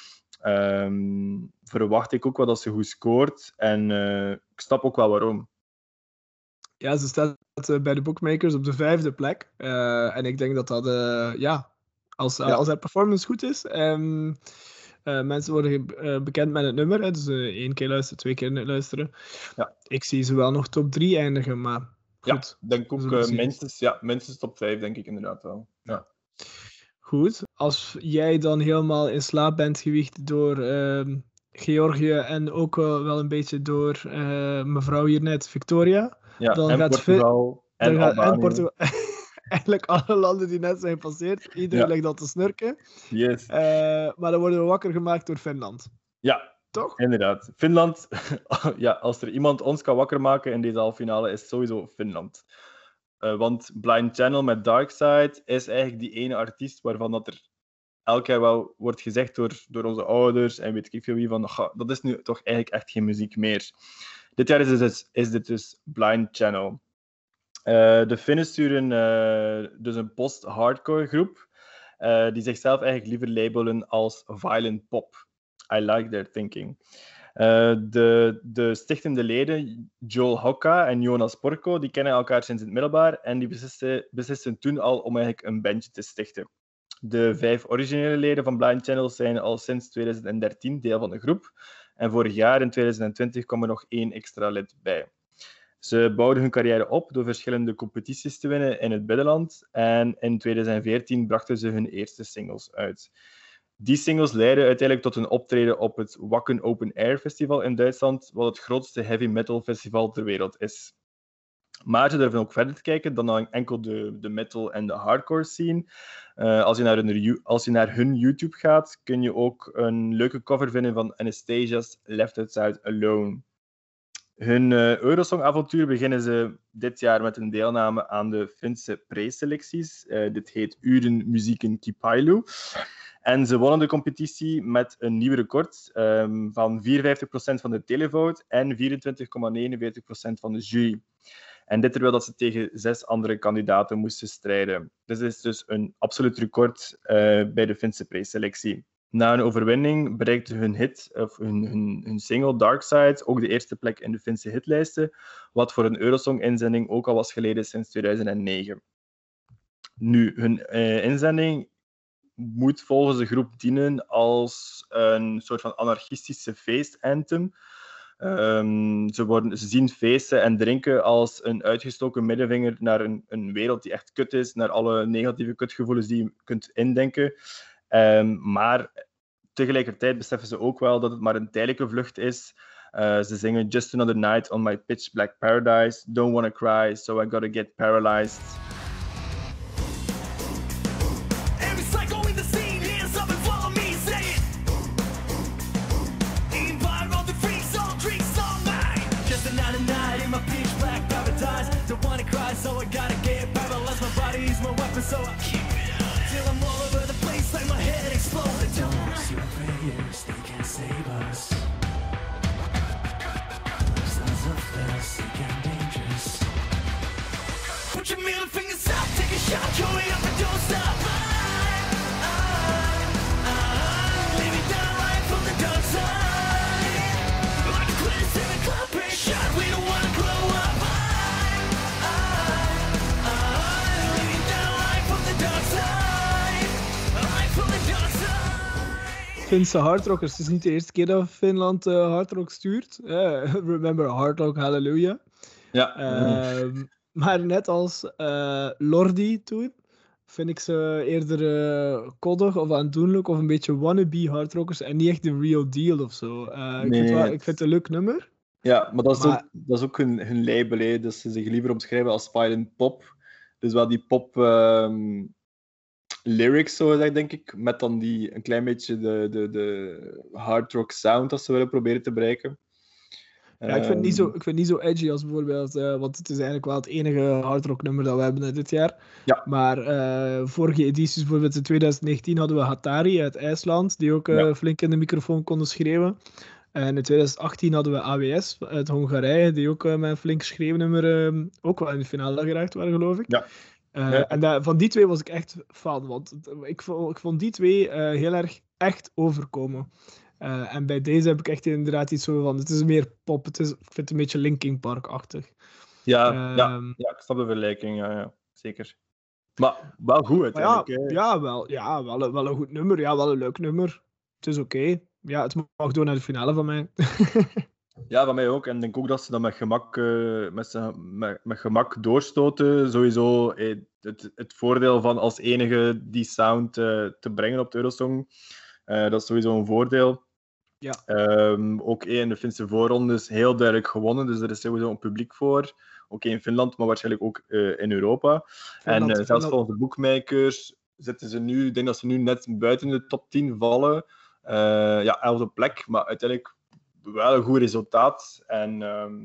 Um, verwacht ik ook wel dat ze goed scoort. En uh, ik snap ook wel waarom. Ja, ze staat uh, bij de bookmakers op de vijfde plek. Uh, en ik denk dat dat, uh, ja, als, uh, Ja. als haar performance goed is. Um, uh, mensen worden uh, bekend met het nummer. Hè, dus uh, één keer luisteren, twee keer luisteren. Ja. Ik zie ze wel nog top drie eindigen, maar goed. Ja, denk ook We zullen uh, zien. minstens, ja, minstens top vijf, denk ik inderdaad wel. Ja. Goed, als jij dan helemaal in slaap bent gewiegd door uh, Georgië en ook uh, wel een beetje door uh, mevrouw hier net, Victoria. Ja, Dan en gaat Portugal dan en gaat, Albanië. en Portugal. Eigenlijk alle landen die net zijn gepasseerd. Iedereen Ja. ligt al te snurken. Yes. Uh, maar dan worden we wakker gemaakt door Finland. Ja, Toch? inderdaad. Finland, ja, als er iemand ons kan wakker maken in deze halve finale, is het sowieso Finland. Uh, want Blind Channel met Darkside is eigenlijk die ene artiest waarvan dat er elk jaar wel wordt gezegd door, door onze ouders en weet ik veel wie van, "Ga, dat is nu toch eigenlijk echt geen muziek meer." Dit jaar is dit dus, is dit dus Blind Channel. Uh, de Finnen sturen uh, dus een post-hardcore groep uh, die zichzelf eigenlijk liever labelen als violent pop. I like their thinking. Uh, de, de stichtende leden, Joel Hokka en Jonas Porco, die kennen elkaar sinds het middelbaar en die beslisten, beslisten toen al om eigenlijk een bandje te stichten. De vijf originele leden van Blind Channel zijn al sinds twintig dertien deel van de groep en vorig jaar in twintig twintig kwam er nog één extra lid bij. Ze bouwden hun carrière op door verschillende competities te winnen in het binnenland en in twintig veertien brachten ze hun eerste singles uit. Die singles leidden uiteindelijk tot een optreden op het Wacken Open Air Festival in Duitsland, wat het grootste heavy metal festival ter wereld is. Maar ze durven ook verder te kijken dan enkel de, de metal en de hardcore scene. Uh, als, je naar hun, als je naar hun YouTube gaat, kun je ook een leuke cover vinden van Anastasia's Left Outside Alone. Hun uh, Eurosong-avontuur beginnen ze dit jaar met een deelname aan de Finse preselecties. Uh, dit heet Uren Musiiken Kilpailu. En ze wonnen de competitie met een nieuw record um, van vierenvijftig procent van de televote en vierentwintig komma negenenveertig procent van de jury. En dit terwijl dat ze tegen zes andere kandidaten moesten strijden. Dit is dus een absoluut record uh, bij de Finse preselectie. Na een overwinning bereikte hun hit, of hun, hun, hun single Darkside ook de eerste plek in de Finse hitlijsten, wat voor een Eurosong-inzending ook al was geleden sinds tweeduizend negen. Nu, hun uh, inzending moet volgens de groep dienen als een soort van anarchistische feestanthem. Um, ze, worden, ze zien feesten en drinken als een uitgestoken middenvinger naar een, een wereld die echt kut is, naar alle negatieve kutgevoelens die je kunt indenken. Um, maar tegelijkertijd beseffen ze ook wel dat het maar een tijdelijke vlucht is. Uh, ze zingen Just another night on my pitch black paradise. Don't wanna cry, so I gotta get paralyzed. Every psycho in the scene, hands up and follow me, say it. Eating viral, the free song, drinks all mine. Just another night in my pitch black paradise. Don't wanna cry, so I gotta get paralyzed. My body's my weapon, so I keep it up till I'm all over the place, like my head explodes. Don't see your prayers, they can't save us. Sons of hell, sick and dangerous. Put your middle fingers up, take a shot, throw it up and don't stop. Live it down right from the dark side. Like a twenty-seven club break shot, we don't wanna grow up. Live it down right from the dark side. Right from the dark side. Finse hardrockers. Het is niet de eerste keer dat Finland uh, hardrock stuurt. Uh, remember Hardrock Hallelujah. Ja. Ehm, maar net als uh, Lordi toen, vind ik ze eerder uh, koddig of aandoenlijk of een beetje wannabe hardrockers en niet echt de real deal of zo. Uh, ik, Nee, vind het wel, het- ik vind het een leuk nummer. Ja, maar dat is, Maar- ook, dat is ook hun, hun label, hè. Dus ze zich liever omschrijven als silent pop. Dus wel die pop ehm, lyrics, zo gezegd, denk ik. Met dan die, een klein beetje de, de, de hard rock sound dat ze willen proberen te bereiken. Ja, ik vind het niet zo, Ehm, ik vind het niet zo edgy als bijvoorbeeld, eh, want het is eigenlijk wel het enige hardrock nummer dat we hebben eh, dit jaar. Ja. Maar eh, vorige edities, bijvoorbeeld in twintig negentien, hadden we Hatari uit IJsland, die ook eh, Ja. flink in de microfoon konden schreeuwen. En in twintig achttien hadden we A W S uit Hongarije, die ook eh, met een flink schreeuwnummer eh, ook wel in de finale geraakt waren, geloof ik. Ja. Eh, Ja. En da- van die twee was ik echt fan, want het- ik, vo- ik vond die twee eh, heel erg echt overkomen. Eh, en bij deze heb ik echt inderdaad iets zo van, het is meer pop, het is, ik vind het een beetje Linkin Park-achtig. ja, ja, Ehm, ja, ik snap de vergelijking, ja, ja, zeker. Maar wel goed Maar ja, uiteindelijk. hè. ja, wel, ja wel, een- wel een goed nummer, ja, wel een leuk nummer. Het is oké. Ja, het mag door naar de finale van mij. Ja, van mij ook. En ik denk ook dat ze dat met gemak, eh, met, z'n- met, met gemak doorstoten. Sowieso eh, het, het voordeel van als enige die sound eh, te brengen op de Eurosong. Eh, dat is sowieso een voordeel. Ja. Ehm, ook eh, in de Finse voorronde is heel duidelijk gewonnen. Dus er is sowieso een publiek voor. Ook in Finland, maar waarschijnlijk ook eh, in Europa. Finland- en eh, zelfs Finland- volgens de bookmakers zitten ze nu... Ik denk dat ze nu net buiten de top tien vallen. Eh, ja, elfde plek. Maar uiteindelijk wel een goed resultaat. En, ehm,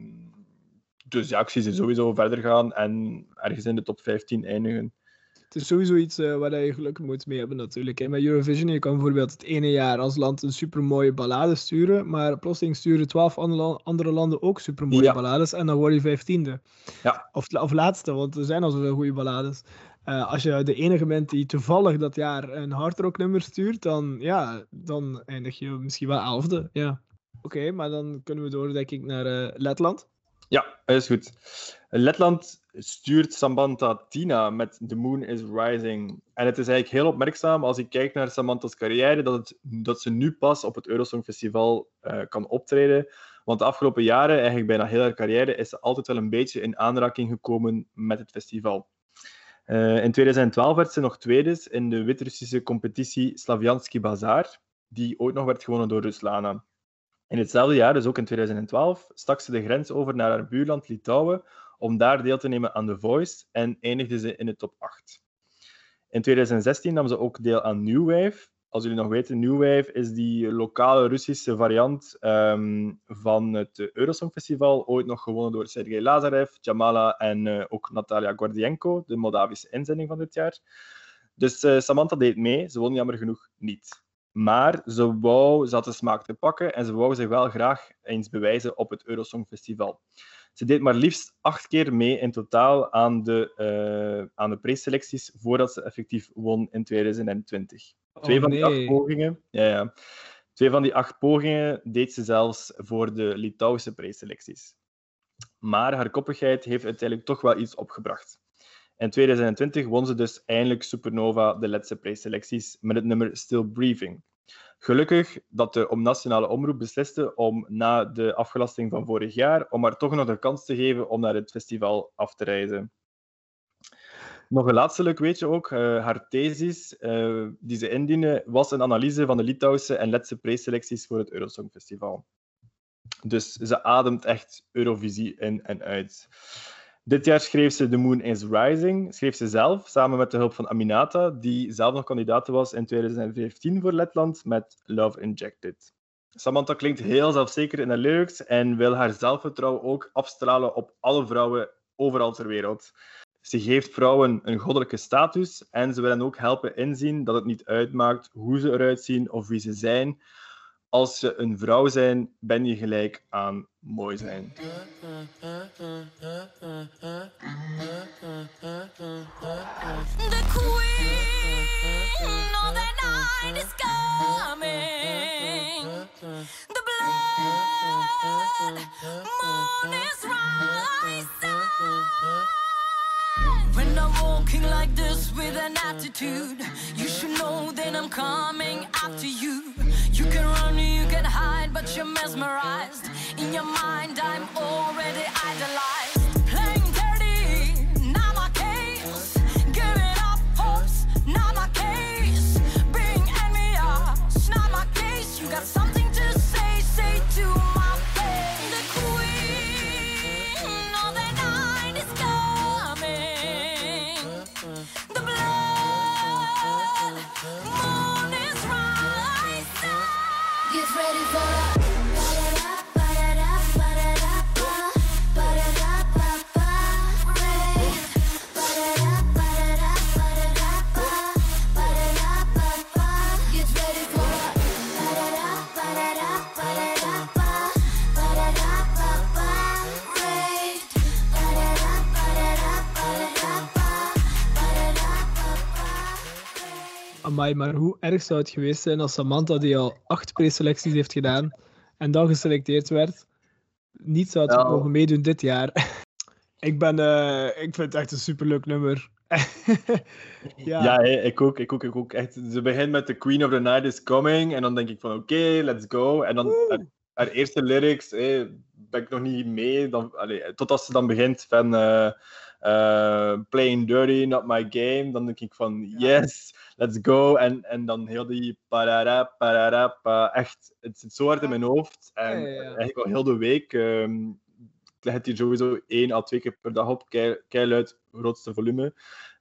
dus ja, ik zie ze sowieso verder gaan en ergens in de top vijftien eindigen. Het is sowieso iets eh, waar je geluk moet mee hebben natuurlijk. Hè. Met Eurovision, je kan bijvoorbeeld het ene jaar als land een supermooie ballade sturen, maar plotseling sturen twaalf andere, andere landen ook supermooie Ja. ballades en dan word je vijftiende. Ja. Of, of laatste, want er zijn al zoveel goede ballades. Eh, als je de enige bent die toevallig dat jaar een hardrock nummer stuurt, dan, ja, dan eindig je misschien wel elfde. Ja. Oké, maar dan kunnen we door, denk ik, naar eh, Letland. Ja, dat is goed. Letland stuurt Samantha Tina met The Moon is Rising. En het is eigenlijk heel opmerkzaam als ik kijk naar Samantha's carrière, dat, het, dat ze nu pas op het Eurosong Festival eh, kan optreden. Want de afgelopen jaren, eigenlijk bijna heel haar carrière, is ze altijd wel een beetje in aanraking gekomen met het festival. Uh, in twintig twaalf werd ze nog tweede in de Wit-Russische competitie Slaviansky Bazaar, die ooit nog werd gewonnen door Ruslana. In hetzelfde jaar, dus ook in twintig twaalf, stak ze de grens over naar haar buurland Litouwen om daar deel te nemen aan The Voice en eindigde ze in de top acht. In twintig zestien nam ze ook deel aan New Wave. Als jullie nog weten, New Wave is die lokale Russische variant um, van het Eurosong Festival, ooit nog gewonnen door Sergei Lazarev, Jamala en uh, ook Natalia Gordienko, de Moldavische inzending van dit jaar. Dus uh, Samantha deed mee, ze won jammer genoeg niet. Maar ze, wou, ze had de smaak te pakken en ze wou zich wel graag eens bewijzen op het Eurosong Festival. Ze deed maar liefst acht keer mee in totaal aan de, uh, aan de preselecties voordat ze effectief won in twintig twintig. Oh, Twee van die nee. acht pogingen, ja, ja. Twee van die acht pogingen deed ze zelfs voor de Litouwse preselecties. Maar haar koppigheid heeft uiteindelijk toch wel iets opgebracht. In twintig twintig won ze dus eindelijk Supernova de laatste preselecties met het nummer Still Breathing. Gelukkig dat de nationale omroep besliste om na de afgelasting van vorig jaar om haar toch nog de kans te geven om naar het festival af te reizen. Nog een laatste leuk weetje ook. Uh, haar thesis uh, die ze indiende was een analyse van de Litouwse en Letse preselecties voor het Eurosongfestival. Dus ze ademt echt Eurovisie in en uit. Dit jaar schreef ze The Moon is Rising, schreef ze zelf, samen met de hulp van Aminata, die zelf nog kandidaat was in twintig vijftien voor Letland met Love Injected. Samantha klinkt heel zelfzeker in haar lyrics en wil haar zelfvertrouwen ook afstralen op alle vrouwen overal ter wereld. Ze geeft vrouwen een goddelijke status en ze wil hen ook helpen inzien dat het niet uitmaakt hoe ze eruit zien of wie ze zijn. Als je een vrouw zijn, ben je gelijk aan mooi zijn. The queen of the night is coming. The blood moon is rising. When I'm walking like this with an attitude, you should know that I'm coming after you. You can run, you can hide, but you're mesmerized. In your mind, I'm already idolized. Playing dirty, not my case. Giving up hopes, not my case. Being envious, not my case. You got something to say, say to my face. The queen of the night is coming. The blood moon is rising. Get ready for a Amai, maar hoe erg zou het geweest zijn als Samantha, die al acht preselecties heeft gedaan en dan geselecteerd werd, niet zou Ja. mogen meedoen dit jaar? ik, ben, uh, ik vind het echt een superleuk nummer. ja. Ja, hé, ik ook, ik ook, ik ook. Echt, ze begint met The Queen of the Night is Coming en dan denk ik van oké, okay, let's go. En dan haar, haar eerste lyrics, hé, ben ik nog niet mee. Dan, allee, totdat ze dan begint van uh, uh, playing dirty, not my game. Dan denk ik van yes, let's go. En, en dan heel die parara, parara, pa. Echt, het zit zo hard in mijn hoofd. En Ja, ja, ja. eigenlijk al heel de week. Um, ik leg het hier sowieso één à twee keer per dag op. Kei, keiluid, grootste volume.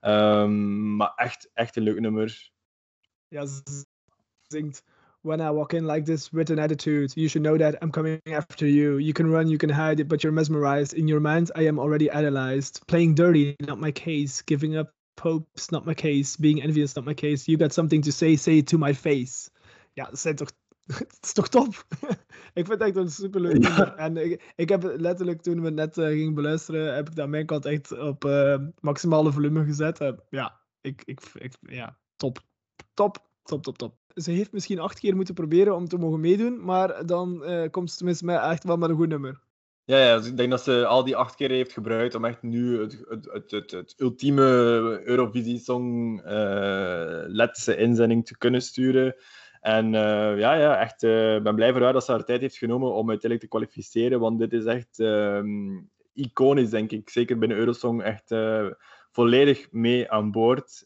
Um, maar echt, echt een leuk nummer. Ja, ze zingt When I walk in like this with an attitude, you should know that I'm coming after you. You can run, you can hide it, but you're mesmerized. In your mind, I am already idolized. Playing dirty, not my case. Giving up hopes, not my case. Being envious, not my case. You got something to say, say it to my face. Ja, dat zijn toch... Het is toch top? Ik vind het echt een superleuk nummer. En ik, ik heb het letterlijk, toen we het net uh, gingen beluisteren, heb ik dat aan mijn kant echt op uh, maximale volume gezet. Uh, ja, ik, ik, ik, ja, top. Top, top, top, top. Ze heeft misschien acht keer moeten proberen om te mogen meedoen, maar dan uh, komt ze tenminste met echt wel met een goed nummer. Ja, ja, dus ik denk dat ze al die acht keer heeft gebruikt om echt nu het, het, het, het, het ultieme Eurovisie-song uh, Letse inzending te kunnen sturen. En uh, ja, ja, echt, ik uh, ben blij voor haar dat ze haar tijd heeft genomen om uiteindelijk te kwalificeren, want dit is echt uh, iconisch, denk ik. Zeker binnen Eurosong echt uh, volledig mee aan boord.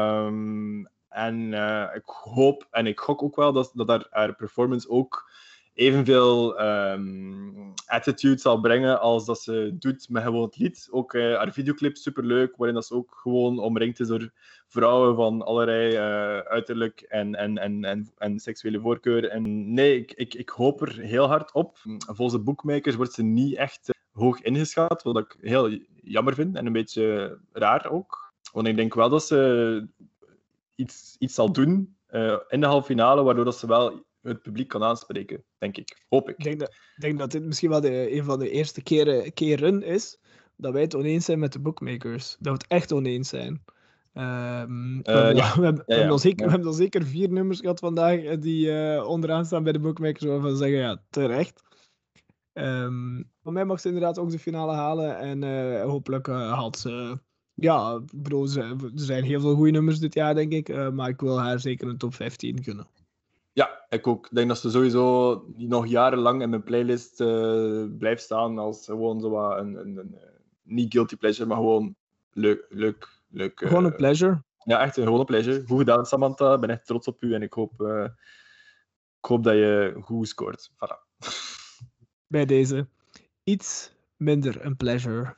Um, en uh, ik hoop en ik gok ook wel dat, dat haar, haar performance ook evenveel um, attitude zal brengen als dat ze doet met gewoon het lied. Ook uh, haar videoclip superleuk, waarin dat ze ook gewoon omringd is door vrouwen van allerlei uh, uiterlijk en, en, en, en, en seksuele voorkeur. En nee, ik, ik, ik hoop er heel hard op. Volgens de bookmakers wordt ze niet echt uh, hoog ingeschat, wat ik heel jammer vind en een beetje raar ook. Want ik denk wel dat ze iets, iets zal doen uh, in de halve finale, waardoor dat ze wel het publiek kan aanspreken, denk ik. Hoop ik. Ik denk dat, ik denk dat dit misschien wel de, een van de eerste keren, keren is dat wij het oneens zijn met de bookmakers. Dat we het echt oneens zijn. Um, we, Uh, hebben, ja. we, hebben, Ja, we, hebben ja. al zeker, Ja. we hebben al zeker vier nummers gehad vandaag die uh, onderaan staan bij de bookmakers, waarvan we zeggen, ja, terecht. Um, van mij mag ze inderdaad ook de finale halen en uh, hopelijk uh, haalt ze Ja, ik bedoel, ze- er zijn heel veel goede nummers dit jaar, denk ik. eh, maar ik wil haar zeker een top vijftien kunnen. Ja, ik ook. Ik denk dat ze sowieso nog jarenlang in mijn playlist eh, blijft staan als gewoon zo wat een, een, een, eh, niet guilty pleasure, maar gewoon leuk. leuk, leuk eh, Gewoon een pleasure. Ja, echt een gewone pleasure. Goed gedaan, Samantha. Ik ben echt trots op u en ik hoop, eh, ik hoop dat je goed scoort. Voilà. Bij deze. Iets minder een pleasure.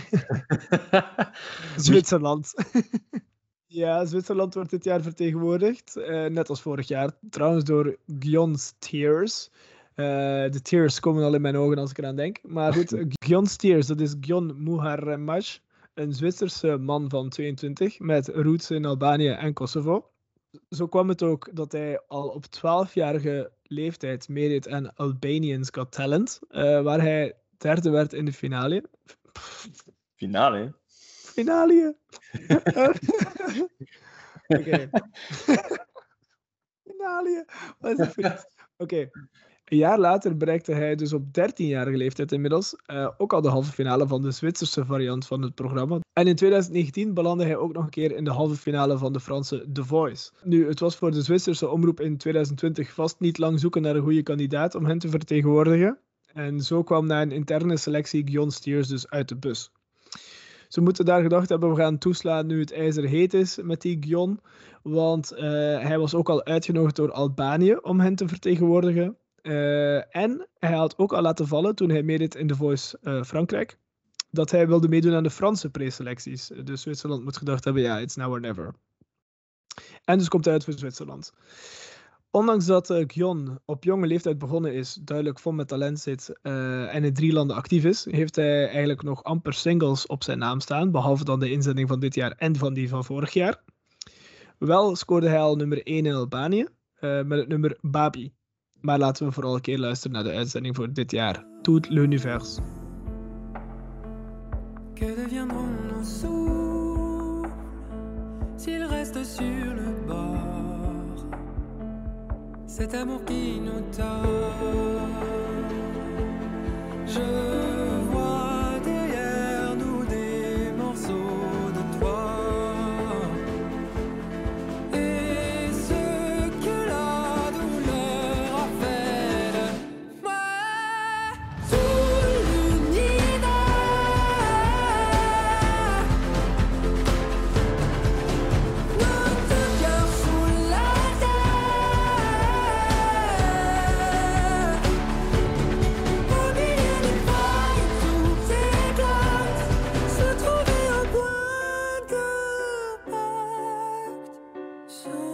Zwitserland. Ja, Zwitserland wordt dit jaar vertegenwoordigd. eh, net als vorig jaar. Trouwens door Gion's Tears. Eh, de tears komen al in mijn ogen als ik eraan denk. Maar goed, Gion's Tears, dat is Gion Muharremaj. Een Zwitserse man van tweeëntwintig. Met roots in Albanië en Kosovo. Zo kwam het ook dat hij al op twaalfjarige leeftijd meedeed aan Albanians Got Talent. eh, waar hij derde werd in de finale. Finale, hè? Finale. Oké. Finale. Wat is dat voor iets? Oké. Een jaar later bereikte hij dus op dertienjarige leeftijd inmiddels eh, ook al de halve finale van de Zwitserse variant van het programma. En in twintig negentien belandde hij ook nog een keer in de halve finale van de Franse The Voice. Nu, het was voor de Zwitserse omroep in twintig twintig vast niet lang zoeken naar een goede kandidaat om hen te vertegenwoordigen. En zo kwam na een interne selectie Gion Steers dus uit de bus. Ze moeten daar gedacht hebben, we gaan toeslaan nu het ijzer heet is met die Gion. Want uh, hij was ook al uitgenodigd door Albanië om hen te vertegenwoordigen. Uh, en hij had ook al laten vallen toen hij meedeed in The Voice uh, Frankrijk. Dat hij wilde meedoen aan de Franse preselecties. Dus Zwitserland moet gedacht hebben, ja, it's now or never. En dus komt hij uit voor Zwitserland. Ondanks dat uh, Gion op jonge leeftijd begonnen is, duidelijk vol met talent zit uh, en in drie landen actief is, heeft hij eigenlijk nog amper singles op zijn naam staan, behalve dan de inzending van dit jaar en van die van vorig jaar. Wel scoorde hij al nummer één in Albanië, uh, met het nummer Babi. Maar laten we vooral een keer luisteren naar de uitzending voor dit jaar. Tout l'univers. Que deviendront nos souffles s'ils restent sur le bord? Cet amour qui nous tord. Je vois derrière nous des morceaux de toi. Et ce que la douleur a fait de moi. Tout l'univers. Notre cœur sous la terre. Au milieu des failles, tout éclate. Se trouver un point de pacte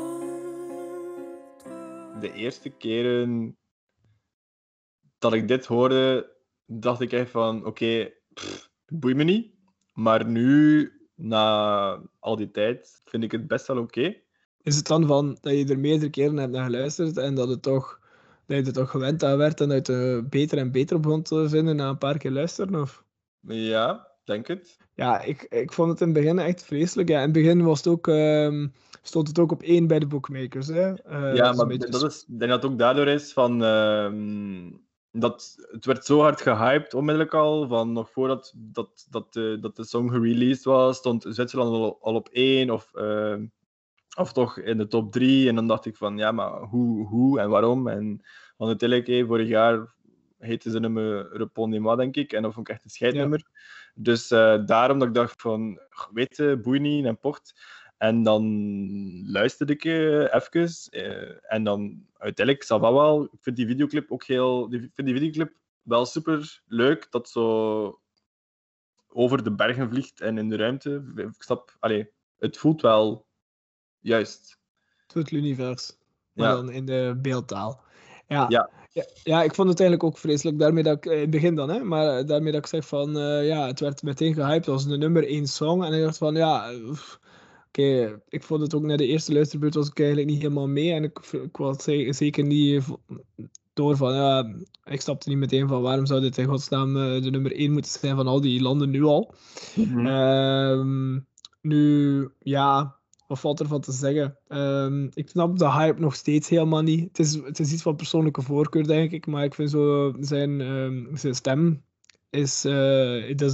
sans toi. De eerste keren dat ik dit hoorde, dacht ik echt van, oké, okay, het boeit me niet. Maar nu, na al die tijd, vind ik het best wel oké. Okay. Is het dan van dat je er meerdere keren hebt naar geluisterd en dat, het toch, dat je er toch gewend aan werd en dat je het beter en beter begon te vinden na een paar keer luisteren? Of? Ja, denk het. Ja, ik, ik vond het in het begin echt vreselijk. Ja, in het begin was het ook, um, stond het ook op één bij de bookmakers. Hè? Uh, ja, dat maar beetje... dat is, ik denk dat het ook daardoor is van... Uh, dat, het werd zo hard gehyped onmiddellijk al, van nog voordat dat, dat, de, dat de song gereleased was, stond Zwitserland al, al op één, of, uh, of toch in de top drie. En dan dacht ik van, ja, maar hoe, hoe en waarom? En want uiteindelijk, hey, vorig jaar heette ze nummer Répondez-moi, denk ik, en dat vond ik echt een scheidnummer. Ja. Dus uh, daarom dat ik dacht van, weet je, boei niet en port. En dan luisterde ik uh, even. Uh, en dan uiteindelijk, ça va wel. Ik vind die videoclip ook heel... Ik vind die videoclip wel super leuk. Dat zo over de bergen vliegt en in de ruimte. Ik snap... Allee, het voelt wel juist. Tout l'univers. Maar ja. Dan in de beeldtaal. Ja. Ja. Ja, ja, ik vond het eigenlijk ook vreselijk. Daarmee dat ik, in het begin dan, hè, maar daarmee dat ik zeg van... Uh, ja, het werd meteen gehyped als een nummer één song. En ik dacht van, ja... Uff, Oké, okay, ik vond het ook na de eerste luisterbeurt was ik eigenlijk niet helemaal mee. En ik, ik was zeker niet door van, ja, ik stapte niet meteen van waarom zou dit in godsnaam de nummer één moeten zijn van al die landen nu al. Mm-hmm. Um, nu, ja, wat valt er van te zeggen? Um, ik snap de hype nog steeds helemaal niet. Het is, het is iets van persoonlijke voorkeur, denk ik. Maar ik vind zo zijn, um, zijn stem is, uh, dat is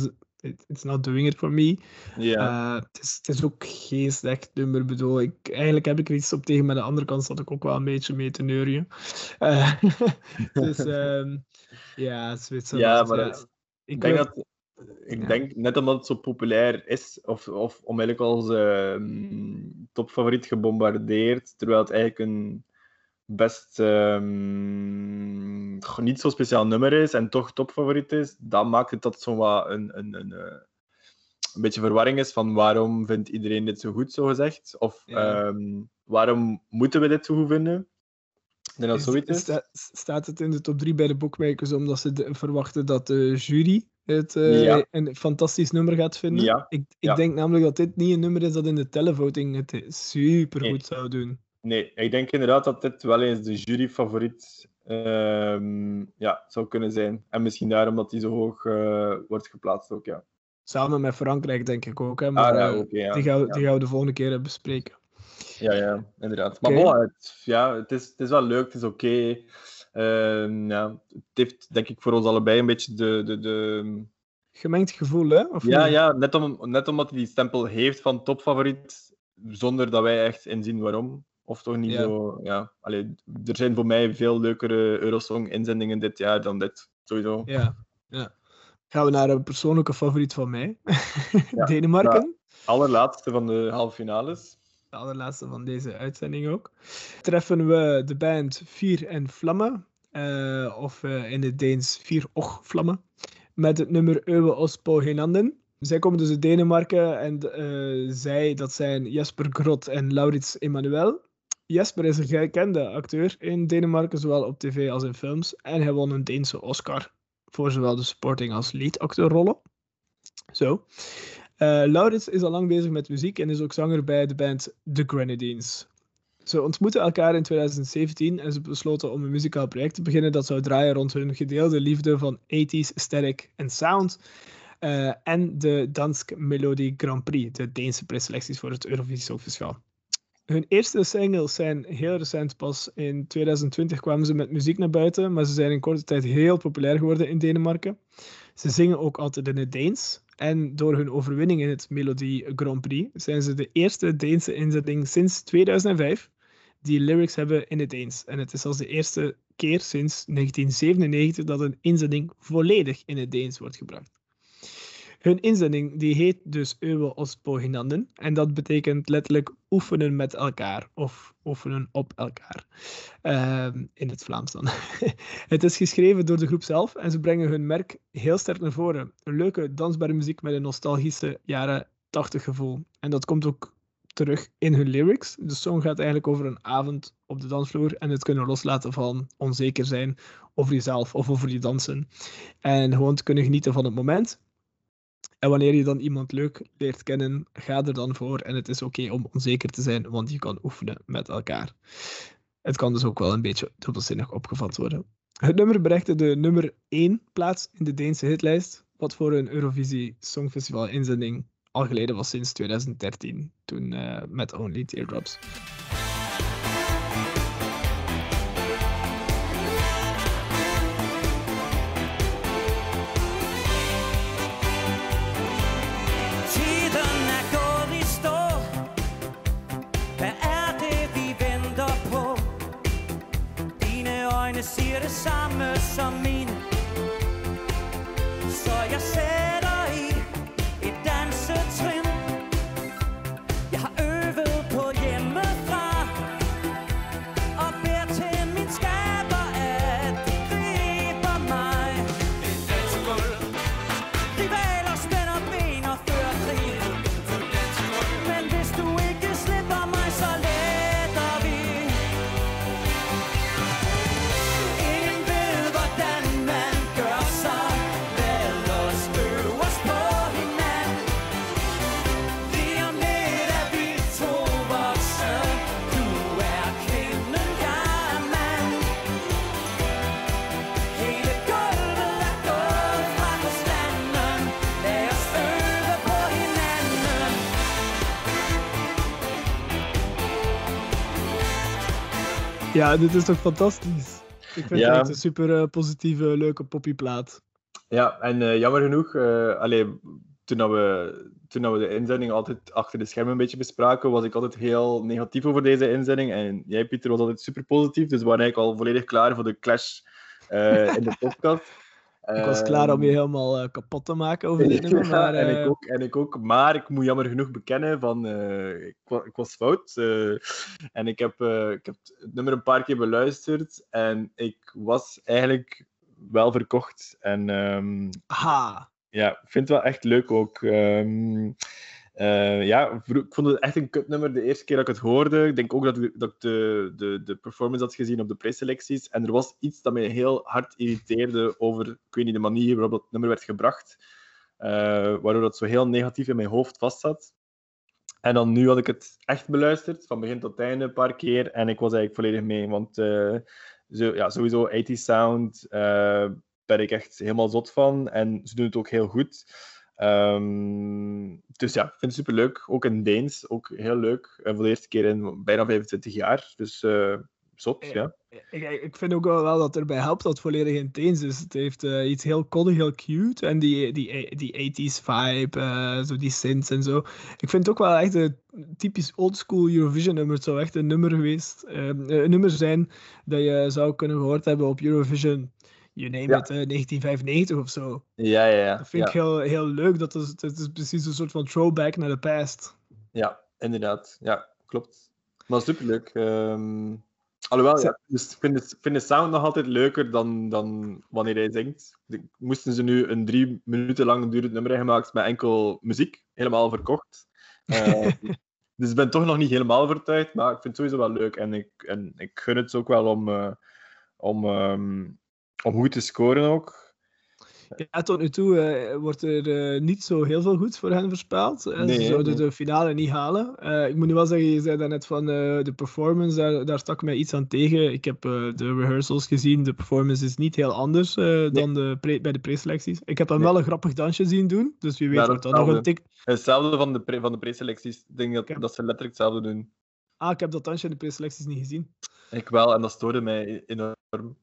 it- it's not doing it for me. Ja. Eh, het, is, het is ook geen slecht nummer. Ik bedoel, ik, eigenlijk heb ik er iets op tegen, maar aan de andere kant zat ik ook wel een beetje mee te neurien. Eh, dus ehm, ja, Zwitserland. Ja, maar ja. dat- Ik Ik denk, wil- dat, ik Ja. denk net omdat het zo populair is, of, of onmiddellijk als ehm, topfavoriet gebombardeerd, terwijl het eigenlijk een best ehm, goh, niet zo speciaal nummer is en toch topfavoriet is, dan maakt het dat zo wat een, een, een, eh, een beetje verwarring is van waarom vindt iedereen dit zo goed, zo gezegd? Of Ja. ehm, waarom moeten we dit zo goed vinden? Ik denk dat Is- zoiets is. sta- staat het in de top drie bij de bookmakers omdat ze de- verwachten dat de jury het eh, Ja. een fantastisch nummer gaat vinden? Ja, Ik, ik ja. denk namelijk dat dit niet een nummer is dat in de televoting het super goed Nee. zou doen. Nee, ik denk inderdaad dat dit wel eens de juryfavoriet ehm ja, zou kunnen zijn. En misschien daarom dat hij zo hoog eh, wordt geplaatst ook, ja. Samen met Frankrijk denk ik ook. Hè, maar Ah, ja, eh, oké, ja. die, gaan, we- Ja. die gaan we de volgende keer eh, bespreken. Ja, ja, inderdaad. Maar Oké. bon, het, ja, het, is, het is wel leuk, het is oké. Ehm, ja, het heeft denk ik voor ons allebei een beetje de... de, de... Gemengd gevoel, hè? Of Ja, niet? ja net, om, net omdat hij die stempel heeft van topfavoriet, zonder dat wij echt inzien waarom. Of toch niet Ja. zo... Ja. Allee, er zijn voor mij veel leukere Eurosong-inzendingen dit jaar dan dit, sowieso. Ja, ja. Gaan we naar een persoonlijke favoriet van mij. Ja, Denemarken. Allerlaatste van de halve finales. De allerlaatste van deze uitzending ook. Treffen we de band Vier en Vlammen. eh, of eh, in het Deens Vier Och Vlammen. Met het nummer Øve os på hinanden. Zij komen dus uit Denemarken en eh, zij, dat zijn Jesper Grot en Laurits Emanuel. Jesper is een gekende acteur in Denemarken, zowel op tv als in films. En hij won een Deense Oscar voor zowel de supporting als lead acteurrollen. Zo. Eh, Laurits is al lang bezig met muziek en is ook zanger bij de band The Grenadines. Ze ontmoetten elkaar in twintig zeventien en ze besloten om een muzikaal project te beginnen dat zou draaien rond hun gedeelde liefde van tachtiger aesthetic en sound eh, en de Dansk Melodi Grand Prix, de Deense preselecties voor het Eurovisie Songfestival. Hun eerste singles zijn heel recent, pas in twintig twintig kwamen ze met muziek naar buiten, maar ze zijn in korte tijd heel populair geworden in Denemarken. Ze zingen ook altijd in het Deens. En door hun overwinning in het Melodi Grand Prix zijn ze de eerste Deense inzending sinds tweeduizend vijf die lyrics hebben in het Deens. En het is als de eerste keer sinds negentien zevenennegentig dat een inzending volledig in het Deens wordt gebracht. Hun inzending die heet dus Øve os på hinanden. En dat betekent letterlijk oefenen met elkaar. Of oefenen op elkaar. Ehm, in het Vlaams dan. Het is geschreven door de groep zelf. En ze brengen hun merk heel sterk naar voren. Een leuke, dansbare muziek met een nostalgische jaren tachtig gevoel. En dat komt ook terug in hun lyrics. De song gaat eigenlijk over een avond op de dansvloer. En het kunnen loslaten van onzeker zijn over jezelf of over je dansen. En gewoon te kunnen genieten van het moment. En wanneer je dan iemand leuk leert kennen, ga er dan voor. En het is oké om onzeker te zijn, want je kan oefenen met elkaar. Het kan dus ook wel een beetje dubbelzinnig opgevat worden. Het nummer bereikte de nummer één plaats in de Deense hitlijst, wat voor een Eurovisie Songfestival inzending al geleden was sinds twintig dertien, toen uh, met Only Teardrops. Tiden er gået i stå. Hvad er det, vi venter på? Dine øjne siger det samme som mine. Så jeg sætter i et dansetrin. Jeg har øvet på hjemmefra. Og beder til min skaber, at de griber mig. Et dansegulv. Rivaler spænder ben og fører krig. Men hvis du ikke slipper mig, så letter vi. Ingen ved, hvordan man gør sig. Lad os øve os på hinanden. Lige om lidt er vi to voksne. Du er kvinden, jeg er mand. Hele gulvet er gået fra forstanden. Lad os øve på hinanden. Ja, dit is toch fantastisch? Ik vind Ja. het echt een super uh, positieve, leuke poppyplaat. Ja, en uh, jammer genoeg, uh, allee, toen, dat we, toen dat we de inzending altijd achter de schermen een beetje bespraken, was ik altijd heel negatief over deze inzending. En jij, Pieter, was altijd super positief. Dus we waren eigenlijk al volledig klaar voor de clash uh, in de podcast. Ik was klaar om je helemaal uh, kapot te maken over dit nummer. Maar, uh... en, ik ook, en ik ook. Maar ik moet jammer genoeg bekennen van... Uh, ik, wa- ik was fout. Uh, en ik heb, uh, ik heb het nummer een paar keer beluisterd. En ik was eigenlijk wel verkocht. En um, Aha. ja, ik vind het wel echt leuk ook. Um, Uh, ja, ik vond het echt een kutnummer de eerste keer dat ik het hoorde. Ik denk ook dat, dat ik de, de, de performance had gezien op de preselecties. En er was iets dat mij heel hard irriteerde over, ik weet niet, de manier waarop dat nummer werd gebracht. Uh, waardoor dat zo heel negatief in mijn hoofd vastzat. En dan nu had ik het echt beluisterd, van begin tot einde een paar keer. En ik was eigenlijk volledig mee. Want uh, zo, ja, sowieso tachtig sound uh, ben ik echt helemaal zot van. En ze doen het ook heel goed. Um, dus ja, ik vind het superleuk. Ook in Deens, ook heel leuk. En voor de eerste keer in bijna vijfentwintig jaar. Dus uh, zot, ja. Ik, ik vind ook wel dat het erbij helpt dat het volledig in Deens is. Het heeft uh, iets heel koddig, heel cute. En die, die, die tachtiger vibe, uh, zo die synths en zo. Ik vind het ook wel echt een typisch oldschool Eurovision nummer. Het zou echt een nummer geweest, uh, een nummer zijn dat je zou kunnen gehoord hebben op Eurovision. You name Ja. it, uh, negentien vijfennegentig of zo. Ja, ja, ja. Dat vind ja. ik heel, heel leuk. Dat is, dat is precies een soort van throwback naar de past. Ja, inderdaad. Ja, klopt. Maar superleuk. Um, alhoewel, ja, dus ik vind, het, ik vind de sound nog altijd leuker dan, dan wanneer hij zingt. De, moesten ze nu een drie minuten lang durend nummer hebben gemaakt met enkel muziek, helemaal verkocht. Uh, dus ik ben toch nog niet helemaal overtuigd, maar ik vind het sowieso wel leuk. En ik, en ik gun het ook wel om, uh, om, um, om goed te scoren ook. Ja, tot nu toe uh, wordt er uh, niet zo heel veel goeds voor hen voorspeld. Uh, Nee, ze zouden nee. de finale niet halen. Uh, ik moet nu wel zeggen, je zei daarnet van uh, de performance, daar, daar stak mij iets aan tegen. Ik heb uh, de rehearsals gezien, de performance is niet heel anders uh, nee. dan de pre- bij de preselecties. Ik heb hem nee. wel een grappig dansje zien doen, dus wie weet Ja, wordt dat nog een tik... Hetzelfde van de, pre- van de preselecties. Ik denk dat, heb... dat ze letterlijk hetzelfde doen. Ah, ik heb dat dansje in de preselecties niet gezien. Ik wel, en dat stoorde mij enorm.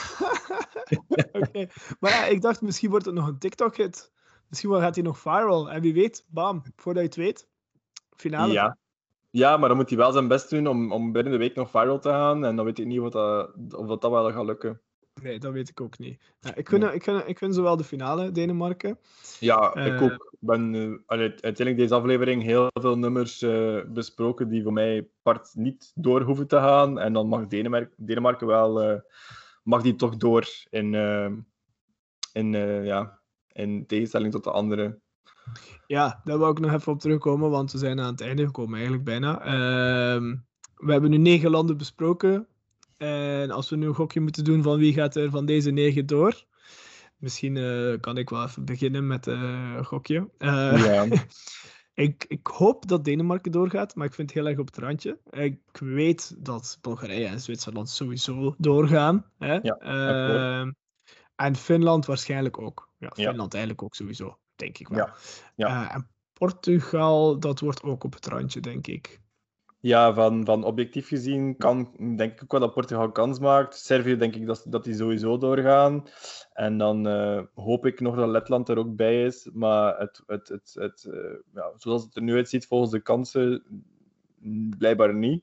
Oké, okay. Maar ja, ik dacht misschien wordt het nog een TikTok-hit. Misschien gaat hij nog viral. En wie weet, bam, voordat je het weet, finale. Ja, ja, maar dan moet hij wel zijn best doen om, om binnen de week nog viral te gaan. En dan weet ik niet of dat, of dat, dat wel gaat lukken. Nee, dat weet ik ook niet. Ja, ik, gun, nee. ik, gun, ik gun zowel de finale, Denemarken. Ja, uh, ik ook. Ik ben uh, uiteindelijk deze aflevering heel veel nummers uh, besproken die voor mij part niet door hoeven te gaan. En dan mag Denemarken, Denemarken wel... Uh, mag die toch door in, uh, in, uh, ja, in tegenstelling tot de andere. Ja, daar wil ik nog even op terugkomen, want we zijn aan het einde gekomen eigenlijk bijna. Uh, we hebben nu negen landen besproken. En als we nu een gokje moeten doen van wie gaat er van deze negen door. Misschien uh, kan ik wel even beginnen met uh, een gokje. Uh, ja. ik, ik hoop dat Denemarken doorgaat, maar ik vind het heel erg op het randje. Ik weet dat Bulgarije en Zwitserland sowieso doorgaan. Hè? Ja, uh, en Finland waarschijnlijk ook. Ja, Finland ja. eigenlijk ook sowieso, denk ik wel. Ja. Ja. Uh, en Portugal, dat wordt ook op het randje, denk ik. Ja, van, van objectief gezien kan, denk ik ook wel dat Portugal kans maakt. Servië denk ik dat, dat die sowieso doorgaan. En dan uh, hoop ik nog dat Letland er ook bij is. Maar het, het, het, het, uh, ja, zoals het er nu uitziet, volgens de kansen, blijkbaar niet.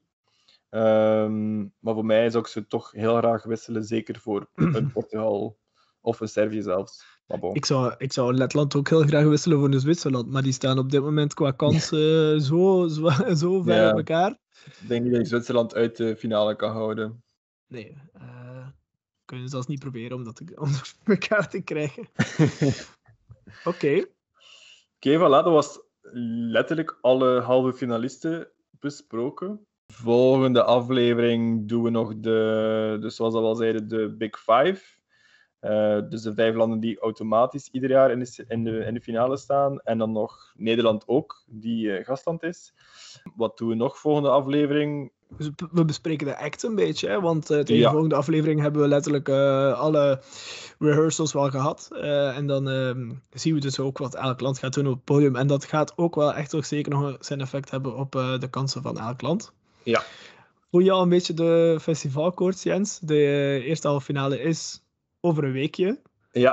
Um, maar voor mij zou ik ze toch heel graag wisselen. Zeker voor een Portugal of een Servië zelfs. Bon. Ik zou, ik zou Letland ook heel graag wisselen voor een Zwitserland, maar die staan op dit moment qua kansen uh, zo, zo, zo ver ja. uit elkaar. Ik denk niet dat je Zwitserland uit de finale kan houden. Nee, uh, kunnen ze zelfs niet proberen om dat te, om elkaar te krijgen. Oké. Okay. Oké, okay, voilà, dat was letterlijk alle halve finalisten besproken. Volgende aflevering doen we nog de, dus zoals we al zeiden, de Big Five. Uh, dus de vijf landen die automatisch ieder jaar in de, in, de, in de finale staan. En dan nog Nederland ook, die uh, gastland is. Wat doen we nog volgende aflevering? We bespreken de act een beetje, hè? Want uh, tegen ja. de volgende aflevering hebben we letterlijk uh, alle rehearsals wel gehad. Uh, en dan uh, zien we dus ook wat elk land gaat doen op het podium. En dat gaat ook wel echt toch zeker nog zijn effect hebben op uh, de kansen van elk land. Ja. Voel je al een beetje de festivalkoorts, Jens? De uh, eerste halve finale is over een weekje. Ja,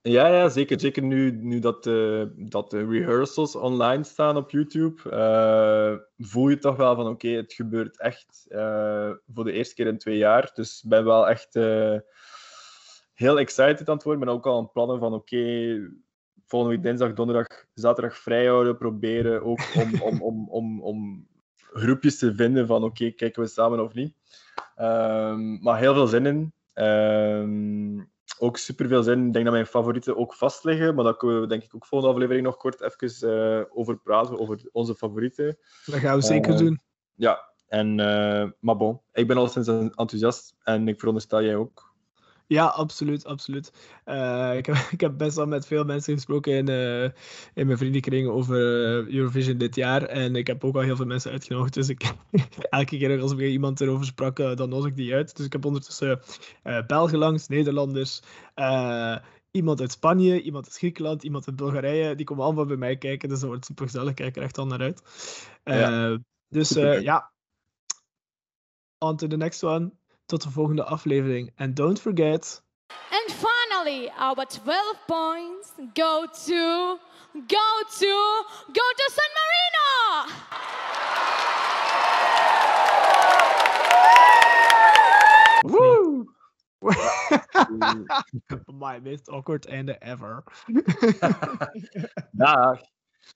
Ja, ja, zeker. Zeker nu, nu dat, de, dat de rehearsals online staan op YouTube, uh, voel je toch wel van oké, okay, het gebeurt echt uh, voor de eerste keer in twee jaar. Dus ik ben wel echt uh, heel excited aan het worden. Ik ben ook al aan het plannen van oké, okay, volgende week dinsdag, donderdag, zaterdag vrij houden. Proberen ook om, om, om, om, om groepjes te vinden van oké, okay, kijken we samen of niet. Um, maar heel veel zin in. Um, Ook super veel zin. Ik denk dat mijn favorieten ook vast liggen, maar daar kunnen we denk ik ook volgende aflevering nog kort even uh, over praten, over onze favorieten. Dat gaan we zeker uh, doen. Ja, en, uh, maar bon, ik ben al sinds enthousiast en ik veronderstel jij ook. Ja, absoluut, absoluut. Uh, ik, heb, ik heb best wel met veel mensen gesproken in, uh, in mijn vriendenkring over uh, Eurovision dit jaar. En ik heb ook al heel veel mensen uitgenodigd. Dus ik, elke keer als ik iemand erover sprak, uh, dan nodig ik die uit. Dus ik heb ondertussen uh, Belgen langs, Nederlanders, uh, iemand uit Spanje, iemand uit Griekenland, iemand uit Bulgarije. Die komen allemaal bij mij kijken. Dus dat wordt super gezellig. Ik kijk er echt al naar uit. Uh, ja, dus uh, ja, on to the next one. Tot de volgende aflevering. And don't forget... And finally, our twelve points go to... Go to... Go to San Marino! Woo! My most awkward einde ever. Dag.